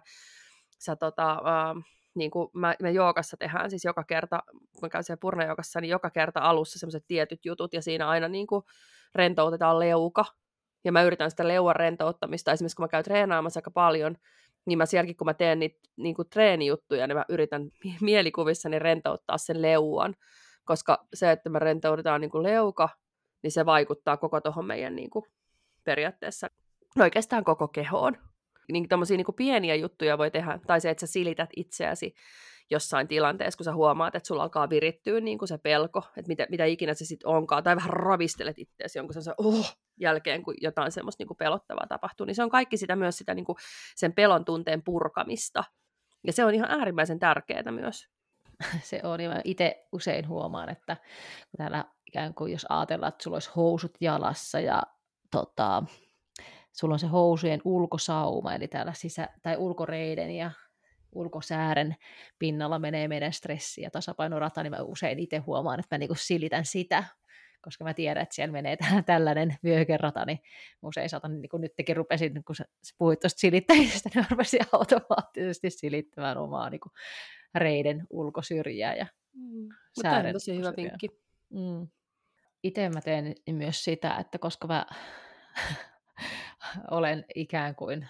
[SPEAKER 3] niin kuin me joogassa tehdään, siis joka kerta, kun mä käyn siellä purnajoogassa, niin joka kerta alussa sellaiset tietyt jutut, ja siinä aina niin kuin rentoutetaan leuka, ja mä yritän sitä leuan rentouttamista, esimerkiksi kun mä käyn treenaamassa aika paljon, niin mä sielläkin, kun mä teen niitä niin kuin treenijuttuja, niin mä yritän mielikuvissani rentouttaa sen leuan, koska se, että me rentoutetaan niin kuin leuka, niin se vaikuttaa koko tuohon meidän niin kuin, periaatteessa oikeastaan koko kehoon. Niin tommosia niin kuin pieniä juttuja voi tehdä, tai se, että sä silität itseäsi jossain tilanteessa, kun sä huomaat, että sulla alkaa virittyä niin kuin se pelko, että mitä ikinä se sitten onkaan, tai vähän ravistelet itseäsi jonkun jälkeen, kun jotain semmoista niin kuin pelottavaa tapahtuu, niin se on kaikki sitä myös sitä niin kuin sen pelon tunteen purkamista. Ja se on ihan äärimmäisen tärkeää myös.
[SPEAKER 2] Se on, ja mä itse usein huomaan, että täällä ikään kuin jos ajatellaan, että sulla olisi housut jalassa ja sulla on se housujen ulkosauma, eli täällä tai ulkoreiden ja ulkosäären pinnalla menee meidän stressi ja tasapainorata, niin mä usein itse huomaan, että mä niinku silitän sitä, koska mä tiedän, että siellä menee tällainen vyöhykerata, niin usein saatan, niin kuin nytkin rupesin, kun sä puhuit tuosta silittämisestä, niin rupesin automaattisesti silittämään omaa niin kuin reiden ulkosyrjää ja
[SPEAKER 3] säären. Mutta on tosi hyvä vinkki.
[SPEAKER 2] Itse mä teen myös sitä, että koska mä olen ikään kuin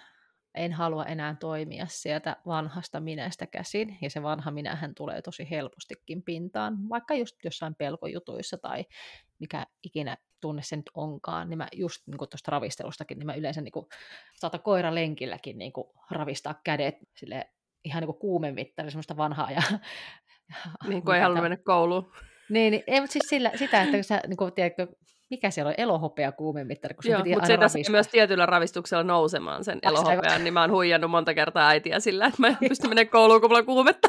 [SPEAKER 2] en halua enää toimia sieltä vanhasta minästä käsin, ja se vanha minähän tulee tosi helpostikin pintaan, vaikka just jossain pelkojutuissa tai mikä ikinä tunne se nyt onkaan, niin mä just niin tuosta ravistelustakin, niin mä yleensä niin saatan koiralenkilläkin niin ravistaa kädet silleen, ihan niin kuin kuumemittari, semmoista vanhaa. Ja,
[SPEAKER 3] niin kuin ei halunnut mennä kouluun.
[SPEAKER 2] Niin, ei, mutta siis sitä, että sä, niin kuin, tiedätkö, mikä siellä on, elohopea kuumemittari, kun sun piti
[SPEAKER 3] mutta
[SPEAKER 2] aina
[SPEAKER 3] se tässä
[SPEAKER 2] ravistaa.
[SPEAKER 3] myös tietyllä ravistuksella nousemaan sen elohopean, niin mä oon huijannut monta kertaa äitiä sillä, että mä en pysty menemään kouluun, kun mulla on kuumetta.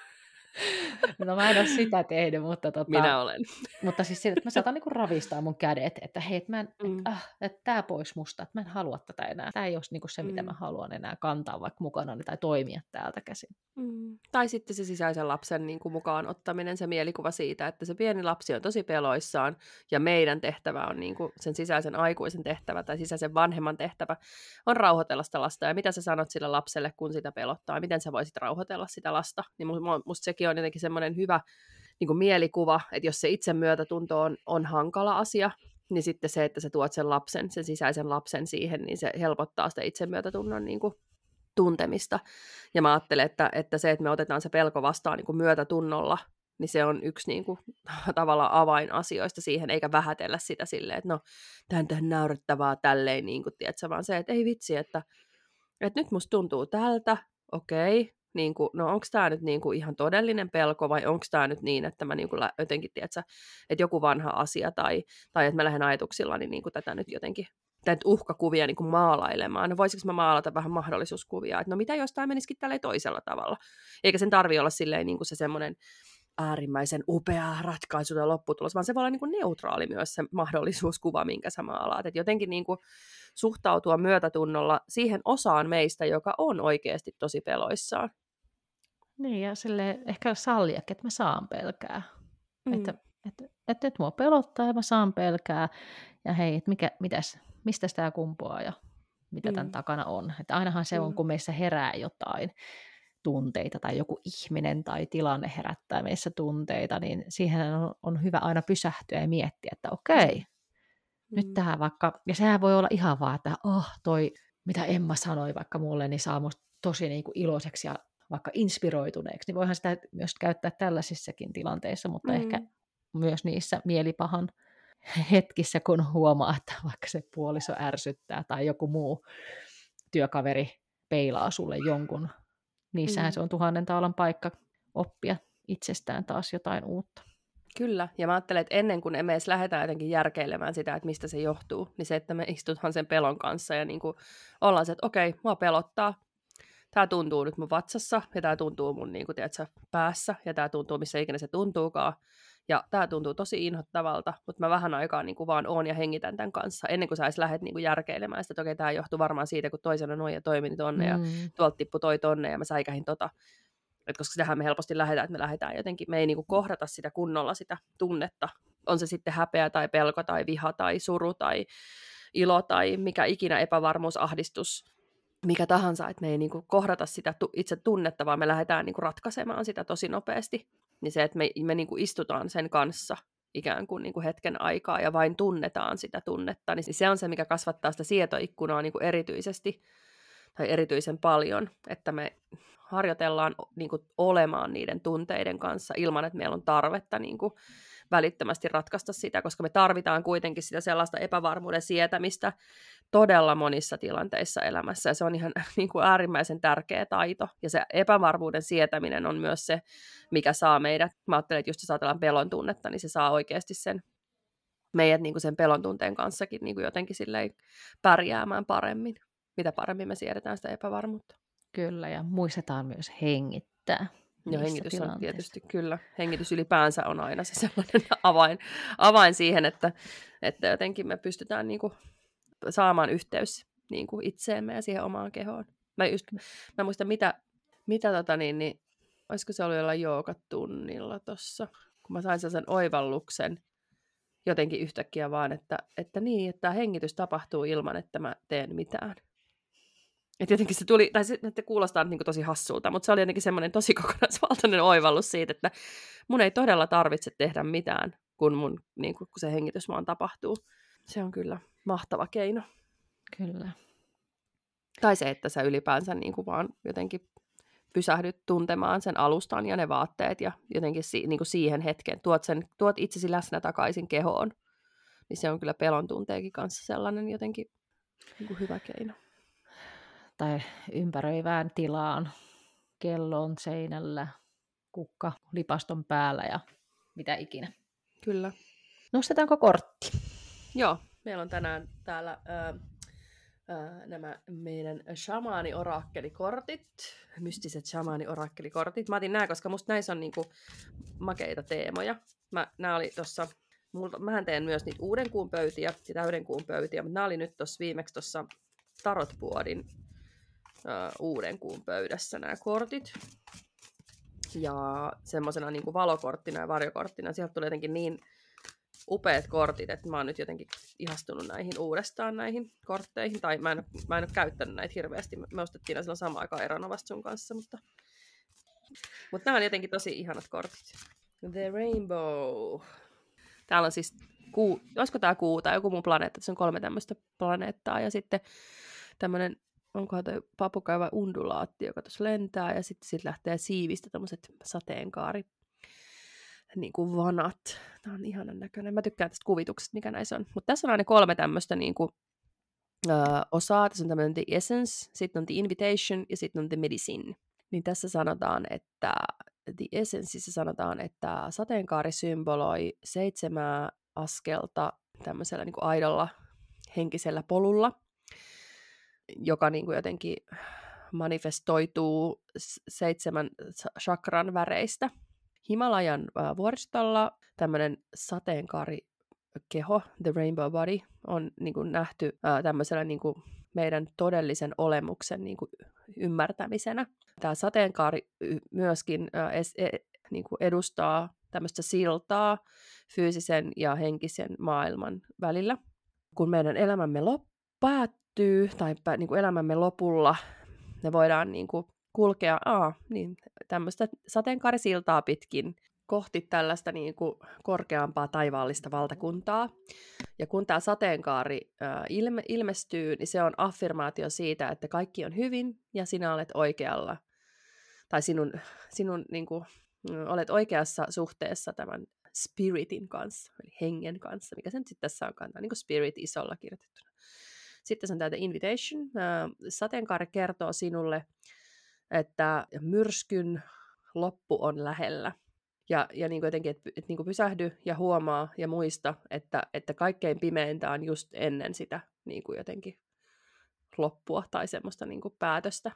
[SPEAKER 2] No mä en ole sitä tehnyt, mutta
[SPEAKER 3] minä olen.
[SPEAKER 2] Mutta siis sillä, että mä saatan niinku ravistaa mun kädet, että hei, että tää pois musta, että mä en halua tätä enää. Tää ei ole niinku se, mitä mä haluan enää kantaa vaikka mukana tai toimia täältä käsin.
[SPEAKER 3] Tai sitten se sisäisen lapsen niin kuin mukaan ottaminen, se mielikuva siitä, että se pieni lapsi on tosi peloissaan ja meidän tehtävä on niin kuin sen sisäisen aikuisen tehtävä tai sisäisen vanhemman tehtävä on rauhoitella sitä lasta. Ja mitä sä sanot sille lapselle, kun sitä pelottaa? Miten sä voisit rauhoitella sitä lasta? Niin musta sekin on jotenkin semmoinen hyvä niin kuin mielikuva, että jos se itsemyötätunto on hankala asia, niin sitten se, että sä tuot sen sisäisen lapsen siihen, niin se helpottaa sitä itsemyötätunnon niin kuin tuntemista. Ja mä ajattelen, että se, että me otetaan se pelko vastaan niin kuin myötätunnolla, niin se on yksi niin kuin, tavallaan avainasioista siihen, eikä vähätellä sitä silleen, että no, tämä on naurettavaa tälleen, niin kuin, tiedätkö, vaan se, että ei vitsi, että nyt musta tuntuu tältä, okei, niin kuin, no onko tämä nyt niin kuin ihan todellinen pelko, vai onko tämä nyt niin, että mä niin kuin jotenkin, tiedätkö, että joku vanha asia, tai että mä lähden ajatuksillani niin kuin tätä nyt jotenkin, uhkakuvia niin kuin maalailemaan. No voisiko mä maalata vähän mahdollisuuskuvia, että no mitä jos tämä menisikin tälleen toisella tavalla. Eikä sen tarvitse olla silleen niin kuin se semmoinen äärimmäisen upea ratkaisu tai lopputulos, vaan se voi olla niin kuin neutraali myös se mahdollisuuskuva, minkä sä maalaat. Et jotenkin niin kuin suhtautua myötätunnolla siihen osaan meistä, joka on oikeasti tosi peloissaan.
[SPEAKER 2] Niin, ja silleen ehkä salliakin, että mä saan pelkää. Että nyt mua pelottaa ja mä saan pelkää. Ja hei, että mistä tämä kumpuaa ja mitä tämän takana on. Että ainahan se on, kun meissä herää jotain tunteita tai joku ihminen tai tilanne herättää meissä tunteita, niin siihen on hyvä aina pysähtyä ja miettiä, että okei, nyt tämä vaikka, ja sehän voi olla ihan vaan, että toi, mitä Emma sanoi vaikka mulle, niin saa musta tosi niin kuin iloiseksi ja vaikka inspiroituneeksi, niin voihan sitä myös käyttää tällaisissakin tilanteissa, mutta ehkä myös niissä mielipahan hetkissä, kun huomaa, että vaikka se puoliso ärsyttää tai joku muu työkaveri peilaa sulle jonkun, niissähän se on 1000 taalan paikka oppia itsestään taas jotain uutta.
[SPEAKER 3] Kyllä, ja mä ajattelen, että ennen kuin me edes lähdetään jotenkin järkeilemään sitä, että mistä se johtuu, niin se, että me istuthan sen pelon kanssa ja niin kuin ollaan se, että okei, mua pelottaa, tämä tuntuu nyt mun vatsassa, ja tämä tuntuu mun niin kuin, tiedätkö, päässä, ja tämä tuntuu missä ikinä se tuntuukaan, ja tämä tuntuu tosi inhottavalta, mutta mä vähän aikaa niin kuin vaan oon ja hengitän tämän kanssa, ennen kuin sä edes lähdet niin kuin järkeilemään sitä, että okei, tämä johtuu varmaan siitä, kun toisena noin ja toimin tonne, ja tuolta tippui toi tonne, ja mä säikähin Et koska sitähän me helposti lähdetään, että me lähdetään jotenkin, me ei niinku kohdata sitä kunnolla sitä tunnetta. On se sitten häpeä tai pelko tai viha tai suru tai ilo tai mikä ikinä epävarmuus, ahdistus, mikä tahansa, että me ei niinku kohdata sitä itse tunnetta, vaan me lähdetään niinku ratkaisemaan sitä tosi nopeasti. Niin se, että me niinku istutaan sen kanssa ikään kuin niinku hetken aikaa ja vain tunnetaan sitä tunnetta, niin se on se, mikä kasvattaa sitä sietoikkunaa niinku erityisesti tai erityisen paljon, että me harjoitellaan niin kuin, olemaan niiden tunteiden kanssa ilman, että meillä on tarvetta niin kuin, välittömästi ratkaista sitä, koska me tarvitaan kuitenkin sitä sellaista epävarmuuden sietämistä todella monissa tilanteissa elämässä, ja se on ihan niin kuin, äärimmäisen tärkeä taito, ja se epävarmuuden sietäminen on myös se, mikä saa meidät, mä ajattelen, että just jos ajatellaan pelon tunnetta, niin se saa oikeasti sen meidät niin kuin sen pelon tunteen kanssakin niin kuin jotenkin silleen pärjäämään paremmin, mitä paremmin me siedetään sitä epävarmuutta.
[SPEAKER 2] Kyllä, ja muistetaan myös hengittää.
[SPEAKER 3] Joo, hengitys on tietysti, kyllä. Hengitys ylipäänsä on aina se sellainen avain siihen, että jotenkin me pystytään niin kuin saamaan yhteys niin kuin itseemme ja siihen omaan kehoon. Mä muistan, olisiko se ollut jollain joogatunnilla tuossa, kun mä sain sen oivalluksen jotenkin yhtäkkiä vaan, että tämä hengitys tapahtuu ilman, että mä teen mitään. Että jotenkin se tuli, tai se kuulostaa niin kuin tosi hassulta, mutta se oli jotenkin semmoinen tosi kokonaisvaltainen oivallus siitä, että mun ei todella tarvitse tehdä mitään, kun se hengitys vaan tapahtuu. Se on kyllä mahtava keino.
[SPEAKER 2] Kyllä.
[SPEAKER 3] Tai se, että sä ylipäänsä niin kuin vaan jotenkin pysähdyt tuntemaan sen alustan ja ne vaatteet ja jotenkin niin kuin siihen hetkeen tuot itsesi läsnä takaisin kehoon. Niin se on kyllä pelon tunteekin kanssa sellainen jotenkin niin kuin hyvä keino.
[SPEAKER 2] Tai ympäröivään tilaan, kellon seinällä, kukka lipaston päällä ja mitä ikinä.
[SPEAKER 3] Kyllä.
[SPEAKER 2] Nostetaanko kortti?
[SPEAKER 3] Joo, meillä on tänään täällä nämä meidän shamaani-orakkelikortit, mystiset shamaani-orakkelikortit. Mä otin nämä, koska musta näissä on niinku makeita teemoja. Nämä oli tossa, mähän teen myös niitä uuden kuun pöytiä ja täyden kuun pöytiä, mutta nämä oli nyt viimeksi tuossa tarotpuodin uuden kuun pöydässä nämä kortit. Ja semmoisena niinku valokorttina ja varjokorttina sieltä tuli jotenkin niin upeat kortit, että mä oon nyt jotenkin ihastunut näihin kortteihin, tai mä en ole käyttänyt näitä hirveästi. Me ostettiin ne silloin samaan aikaan Eranovasta sun kanssa, mutta nämä on jotenkin tosi ihanat kortit. The Rainbow. Täällä on siis olisiko tää kuu tai joku mun planeetta, se on 3 tämmöistä planeettaa, ja sitten tämmönen, onkohan toi papukai vai undulaatti, joka tuossa lentää, ja sitten lähtee siivistä tämmöiset sateenkaari niin kuin vanat. Tämä on ihanan näköinen. Mä tykkään tästä kuvituksesta, mikä näissä on. Mutta tässä on aina 3 tämmöistä niin kuin, osaa. Tässä on tämmöinen The Essence, sitten on The Invitation ja sitten on The Medicine. Niin tässä sanotaan, että The Essenceissa sanotaan, että sateenkaari symboloi 7 askelta tämmöisellä niin kuin aidolla henkisellä polulla, joka niin kuin jotenkin manifestoituu 7 chakran väreistä. Himalajan vuoristolla tämmöinen sateenkaarikeho, the rainbow body, on niin kuin nähty tämmöisellä niin kuin meidän todellisen olemuksen niin kuin ymmärtämisenä. Tämä sateenkaari myöskin niin kuin edustaa tämmöistä siltaa fyysisen ja henkisen maailman välillä. Kun meidän elämämme päättyy, tai niin kuin elämämme lopulla, me voidaan niin kuin kulkea tämmöistä sateenkaarisiltaa pitkin kohti tällaista niin kuin korkeampaa taivaallista valtakuntaa. Ja kun tämä sateenkaari ilmestyy, niin se on affirmaatio siitä, että kaikki on hyvin ja sinä olet oikealla. Tai sinun niin kuin, olet oikeassa suhteessa tämän spiritin kanssa, eli hengen kanssa, mikä se nyt sitten tässä onkaan, niin kuin spirit isolla kirjoitettuna. Sitten se on tämä invitation. Sateenkaari kertoo sinulle, että myrskyn loppu on lähellä. Ja niin kuin jotenkin, että niin kuin pysähdy ja huomaa ja muista, että kaikkein pimeintä on just ennen sitä niin kuin jotenkin loppua tai semmoista niin kuin päätöstä.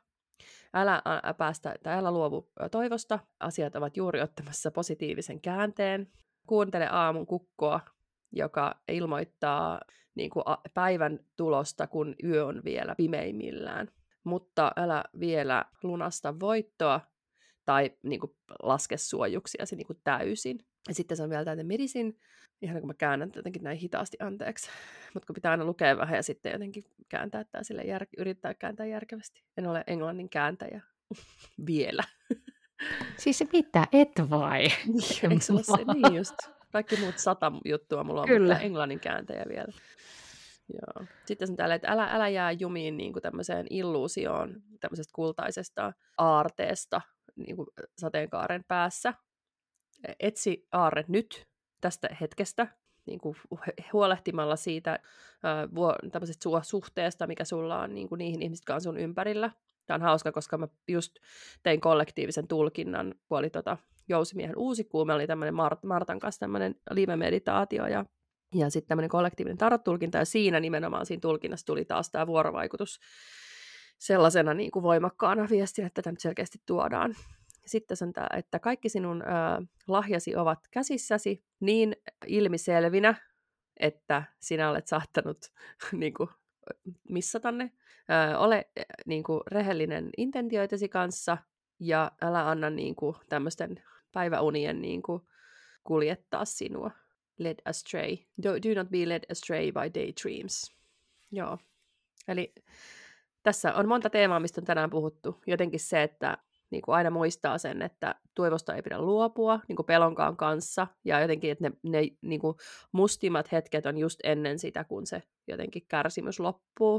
[SPEAKER 3] Älä luovu toivosta. Asiat ovat juuri ottamassa positiivisen käänteen. Kuuntele aamun kukkoa, joka ilmoittaa niin kuin päivän tulosta, kun yö on vielä pimeimmillään. Mutta älä vielä lunasta voittoa tai niin kuin laske suojuksiasi niin kuin täysin. Ja sitten se on vielä täyteen medicine. Ihan kun mä käännän jotenkin näin hitaasti, anteeksi. Mutta kun pitää aina lukea vähän ja sitten jotenkin kääntää tämä sille yrittää kääntää järkevästi. En ole englannin kääntäjä vielä.
[SPEAKER 2] Siis mitä, et vai?
[SPEAKER 3] Eikö se ole se? Niin just. Kaikki muut 100 juttua mulla on,
[SPEAKER 2] Kyllä.
[SPEAKER 3] Mutta englannin kääntäjä vielä. Joo. Sitten on tällä, että älä jää jumiin niin kuin tämmöiseen illuusioon tämmöisestä kultaisesta aarteesta niin kuin sateenkaaren päässä. Etsi aarre nyt tästä hetkestä, niin kuin huolehtimalla siitä tämmöisestä suhteesta, mikä sulla on niin kuin niihin ihmisiin, jotka on sun ympärillä. Tämä on hauska, koska mä just tein kollektiivisen tulkinnan, kun oli Jousimiehen uusi kuu. Meillä oli tämmöinen Martan kanssa tämmöinen live-meditaatio ja sitten tämmöinen kollektiivinen tarot-tulkinta, ja siinä nimenomaan siinä tulkinnassa tuli taas tämä vuorovaikutus sellaisena niin kuin voimakkaana viestinä, että tätä nyt selkeästi tuodaan. Sitten on tämä, että kaikki sinun lahjasi ovat käsissäsi niin ilmiselvinä, että sinä olet saattanut niin kuin, missata ne. Ole niin kuin, rehellinen intentioitesi kanssa ja älä anna niin kuin, tämmöisten päiväunien niin kuin, kuljettaa sinua. Led astray. Do not be led astray by daydreams. Joo. Eli tässä on monta teemaa, mistä on tänään puhuttu. Jotenkin se, että niin kuin aina muistaa sen, että toivosta ei pidä luopua niin kuin pelonkaan kanssa. Ja jotenkin, että ne niin kuin mustimmat hetket on just ennen sitä, kun se jotenkin kärsimys loppuu.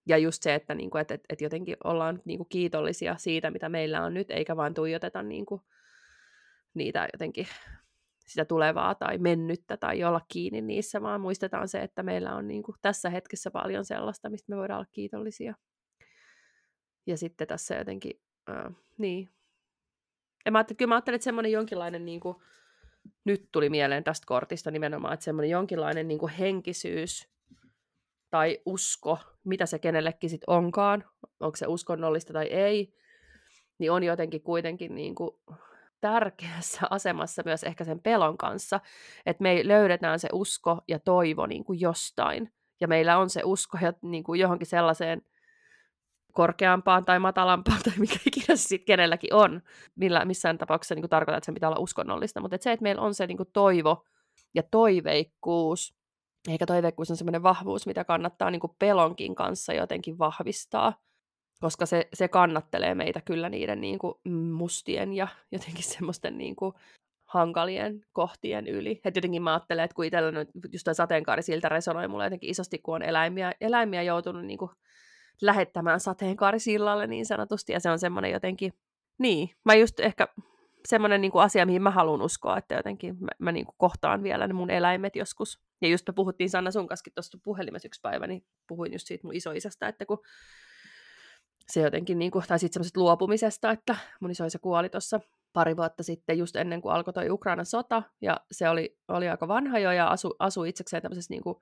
[SPEAKER 3] Ja just se, että niinku, et jotenkin ollaan niinku kiitollisia siitä, mitä meillä on nyt, eikä vaan tuijoteta niinku niitä jotenkin sitä tulevaa tai mennyttä tai olla kiinni niissä, vaan muistetaan se, että meillä on niinku tässä hetkessä paljon sellaista, mistä me voidaan olla kiitollisia. Ja sitten tässä jotenkin, niin. Ja mä ajattelin, että semmoinen jonkinlainen, niinku, nyt tuli mieleen tästä kortista nimenomaan, että semmoinen jonkinlainen niinku henkisyys tai usko, mitä se kenellekin sitten onkaan, onko se uskonnollista tai ei, niin on jotenkin kuitenkin niinku tärkeässä asemassa myös ehkä sen pelon kanssa, että me löydetään se usko ja toivo niinku jostain, ja meillä on se usko niinku johonkin sellaiseen korkeampaan tai matalampaan, tai mikä ikinä se sitten kenelläkin on, missään tapauksessa niinku tarkoittaa, että sen pitää olla uskonnollista, mutta se, että meillä on se niinku toivo ja toiveikkuus, eikä toiveikkuus on semmoinen vahvuus, mitä kannattaa niinku pelonkin kanssa jotenkin vahvistaa, koska se kannattelee meitä kyllä niiden niinku mustien ja jotenkin semmoisten niinku hankalien kohtien yli. Et jotenkin mä ajattelen, että kun itsellä nyt just toi sateenkaari siltä resonoi mulle jotenkin isosti, kun on eläimiä joutunut niinku lähettämään sateenkaarisillalle niin sanotusti, ja se on semmoinen jotenkin, niin, mä just ehkä semmoinen niinku asia, mihin mä haluan uskoa, että jotenkin mä niinku kohtaan vielä ne mun eläimet joskus. Ja just me puhuttiin Sanna sun kanssa tuossa puhelimessa yksi päivä, niin puhuin just siitä mun isoisästä, että kun se jotenkin, niinku, tai sitten semmoisesta luopumisesta, että mun isoisä kuoli tuossa pari vuotta sitten, just ennen kuin alkoi toi Ukrainan sota, ja se oli aika vanha jo, ja asui itsekseen tämmöisessä niinku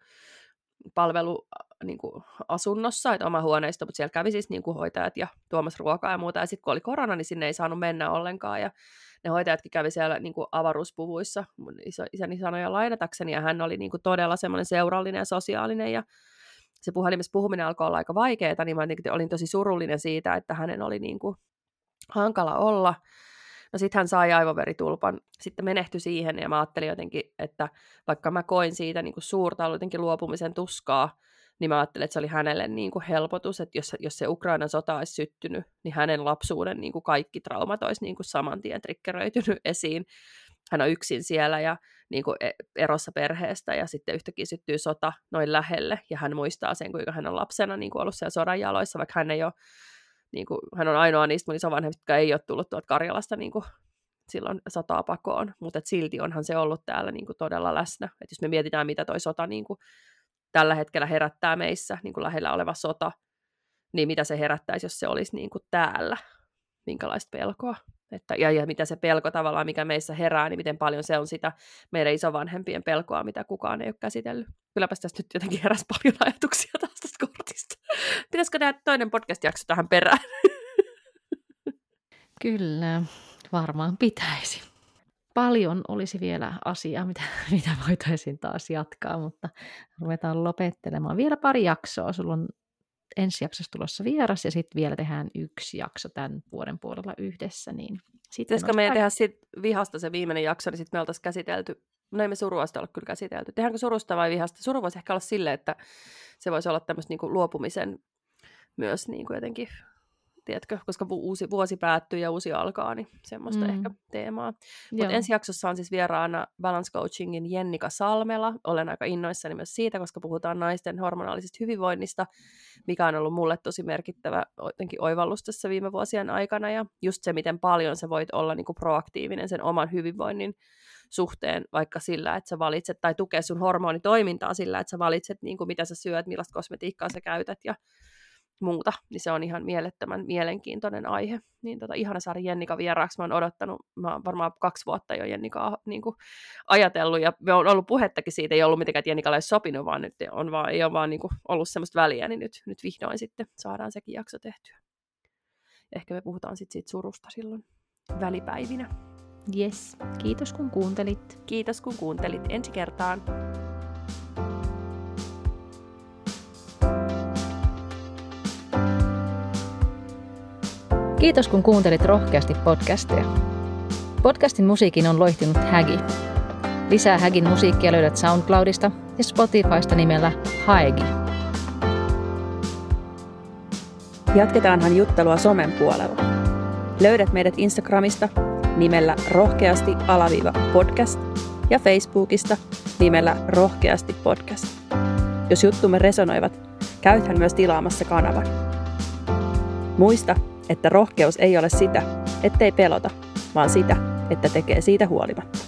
[SPEAKER 3] palveluasunnossa, että oma huoneisto, mutta siellä kävi siis niinku hoitajat ja tuomassa ruokaa ja muuta, ja sitten kun oli korona, niin sinne ei saanut mennä ollenkaan, ja ne hoitajatkin kävi siellä niinku avaruuspuvuissa, mun isäni sanoja lainatakseni, ja hän oli niinku todella semmoinen seurallinen ja sosiaalinen, ja se puhelimessa puhuminen alkoi olla aika vaikeaa, niin mä olin tosi surullinen siitä, että hänen oli niinku hankala olla. No sitten hän sai aivoveritulpan, sitten menehtyi siihen, ja mä ajattelin jotenkin, että vaikka mä koin siitä niinku suurta jotenkin luopumisen tuskaa, niin mä ajattelin, että se oli hänelle niinku helpotus, että jos se Ukrainan sota olisi syttynyt, niin hänen lapsuuden niinku kaikki traumat olisi niinku saman tien triggeröitynyt esiin. Hän on yksin siellä ja niinku erossa perheestä, ja sitten yhtäkkiä syttyy sota noin lähelle, ja hän muistaa sen, kuinka hän on lapsena niinku ollut siellä sodan jaloissa, vaikka hän ei ole, niinku, hän on ainoa niistä mun isovanhemmista, jotka ei ole tullut tuolta Karjalasta niinku silloin sotaa pakoon, mutta silti onhan se ollut täällä niinku todella läsnä. Et jos me mietitään, mitä toi sota niinku tällä hetkellä herättää meissä, niinku lähellä oleva sota, niin mitä se herättäisi, jos se olisi niinku täällä, minkälaista pelkoa. Ja mitä se pelko tavallaan, mikä meissä herää, niin miten paljon se on sitä meidän isovanhempien pelkoa, mitä kukaan ei ole käsitellyt. Kylläpäs tästä nyt jotenkin heräsi paljon ajatuksia taas tästä kortista. Pitäisikö tehdä toinen podcast-jakso tähän perään?
[SPEAKER 2] Kyllä, varmaan pitäisi. Paljon olisi vielä asiaa, mitä voitaisiin taas jatkaa, mutta ruvetaan lopettelemaan. Vielä pari jaksoa. Sulla on ensi jaksossa tulossa vieras, ja sitten vielä tehdään yksi jakso tämän vuoden puolella yhdessä. Niin
[SPEAKER 3] pitäisikö meidän tehdä sitten vihasta se viimeinen jakso, niin sitten me oltaisiin käsitelty, no ei me suruasta olla kyllä käsitelty. Tehdäänkö surusta vai vihasta? Suru voisi ehkä olla silleen, että se voisi olla tämmöistä niinku luopumisen myös niinku jotenkin, tiedätkö, koska uusi vuosi päättyy ja uusi alkaa, niin semmoista ehkä teemaa. Mutta ensi jaksossa on siis vieraana Balance Coachingin Jennika Salmela. Olen aika innoissani myös siitä, koska puhutaan naisten hormonaalisesta hyvinvoinnista, mikä on ollut mulle tosi merkittävä jotenkin oivallus tässä viime vuosien aikana. Ja just se, miten paljon sä voit olla niinku proaktiivinen sen oman hyvinvoinnin suhteen, vaikka sillä, että sä valitset, tai tukea sun hormonitoimintaa sillä, että sä valitset, niinku, mitä sä syöt, millaista kosmetiikkaa sä käytät ja muuta, niin se on ihan mielettömän mielenkiintoinen aihe. Niin ihana saada Jennika vieraaksi. Mä oon odottanut, mä oon varmaan 2 vuotta jo Jennikaa niin kuin ajatellut, ja me on ollut puhettakin siitä, ei ollut mitenkään, että Jennikalle olisi sopinut, vaan nyt ei ole vaan niin kuin ollut semmoista väliä, niin nyt vihdoin sitten saadaan sekin jakso tehtyä. Ehkä me puhutaan sitten siitä surusta silloin välipäivinä.
[SPEAKER 2] Yes, kiitos kun kuuntelit.
[SPEAKER 3] Kiitos kun kuuntelit. Ensi kertaan.
[SPEAKER 2] Kiitos kun kuuntelit rohkeasti podcastia. Podcastin musiikin on loihtinut Hägi. Lisää Hägin musiikkia löydät SoundCloudista ja Spotifysta nimellä Haegi.
[SPEAKER 1] Jatketaanhan juttelua somen puolella. Löydät meidät Instagramista nimellä rohkeasti_podcast ja Facebookista nimellä rohkeasti podcast. Jos juttumme resonoivat, käythän myös tilaamassa kanavan. Muista, että rohkeus ei ole sitä, ettei pelota, vaan sitä, että tekee siitä huolimatta.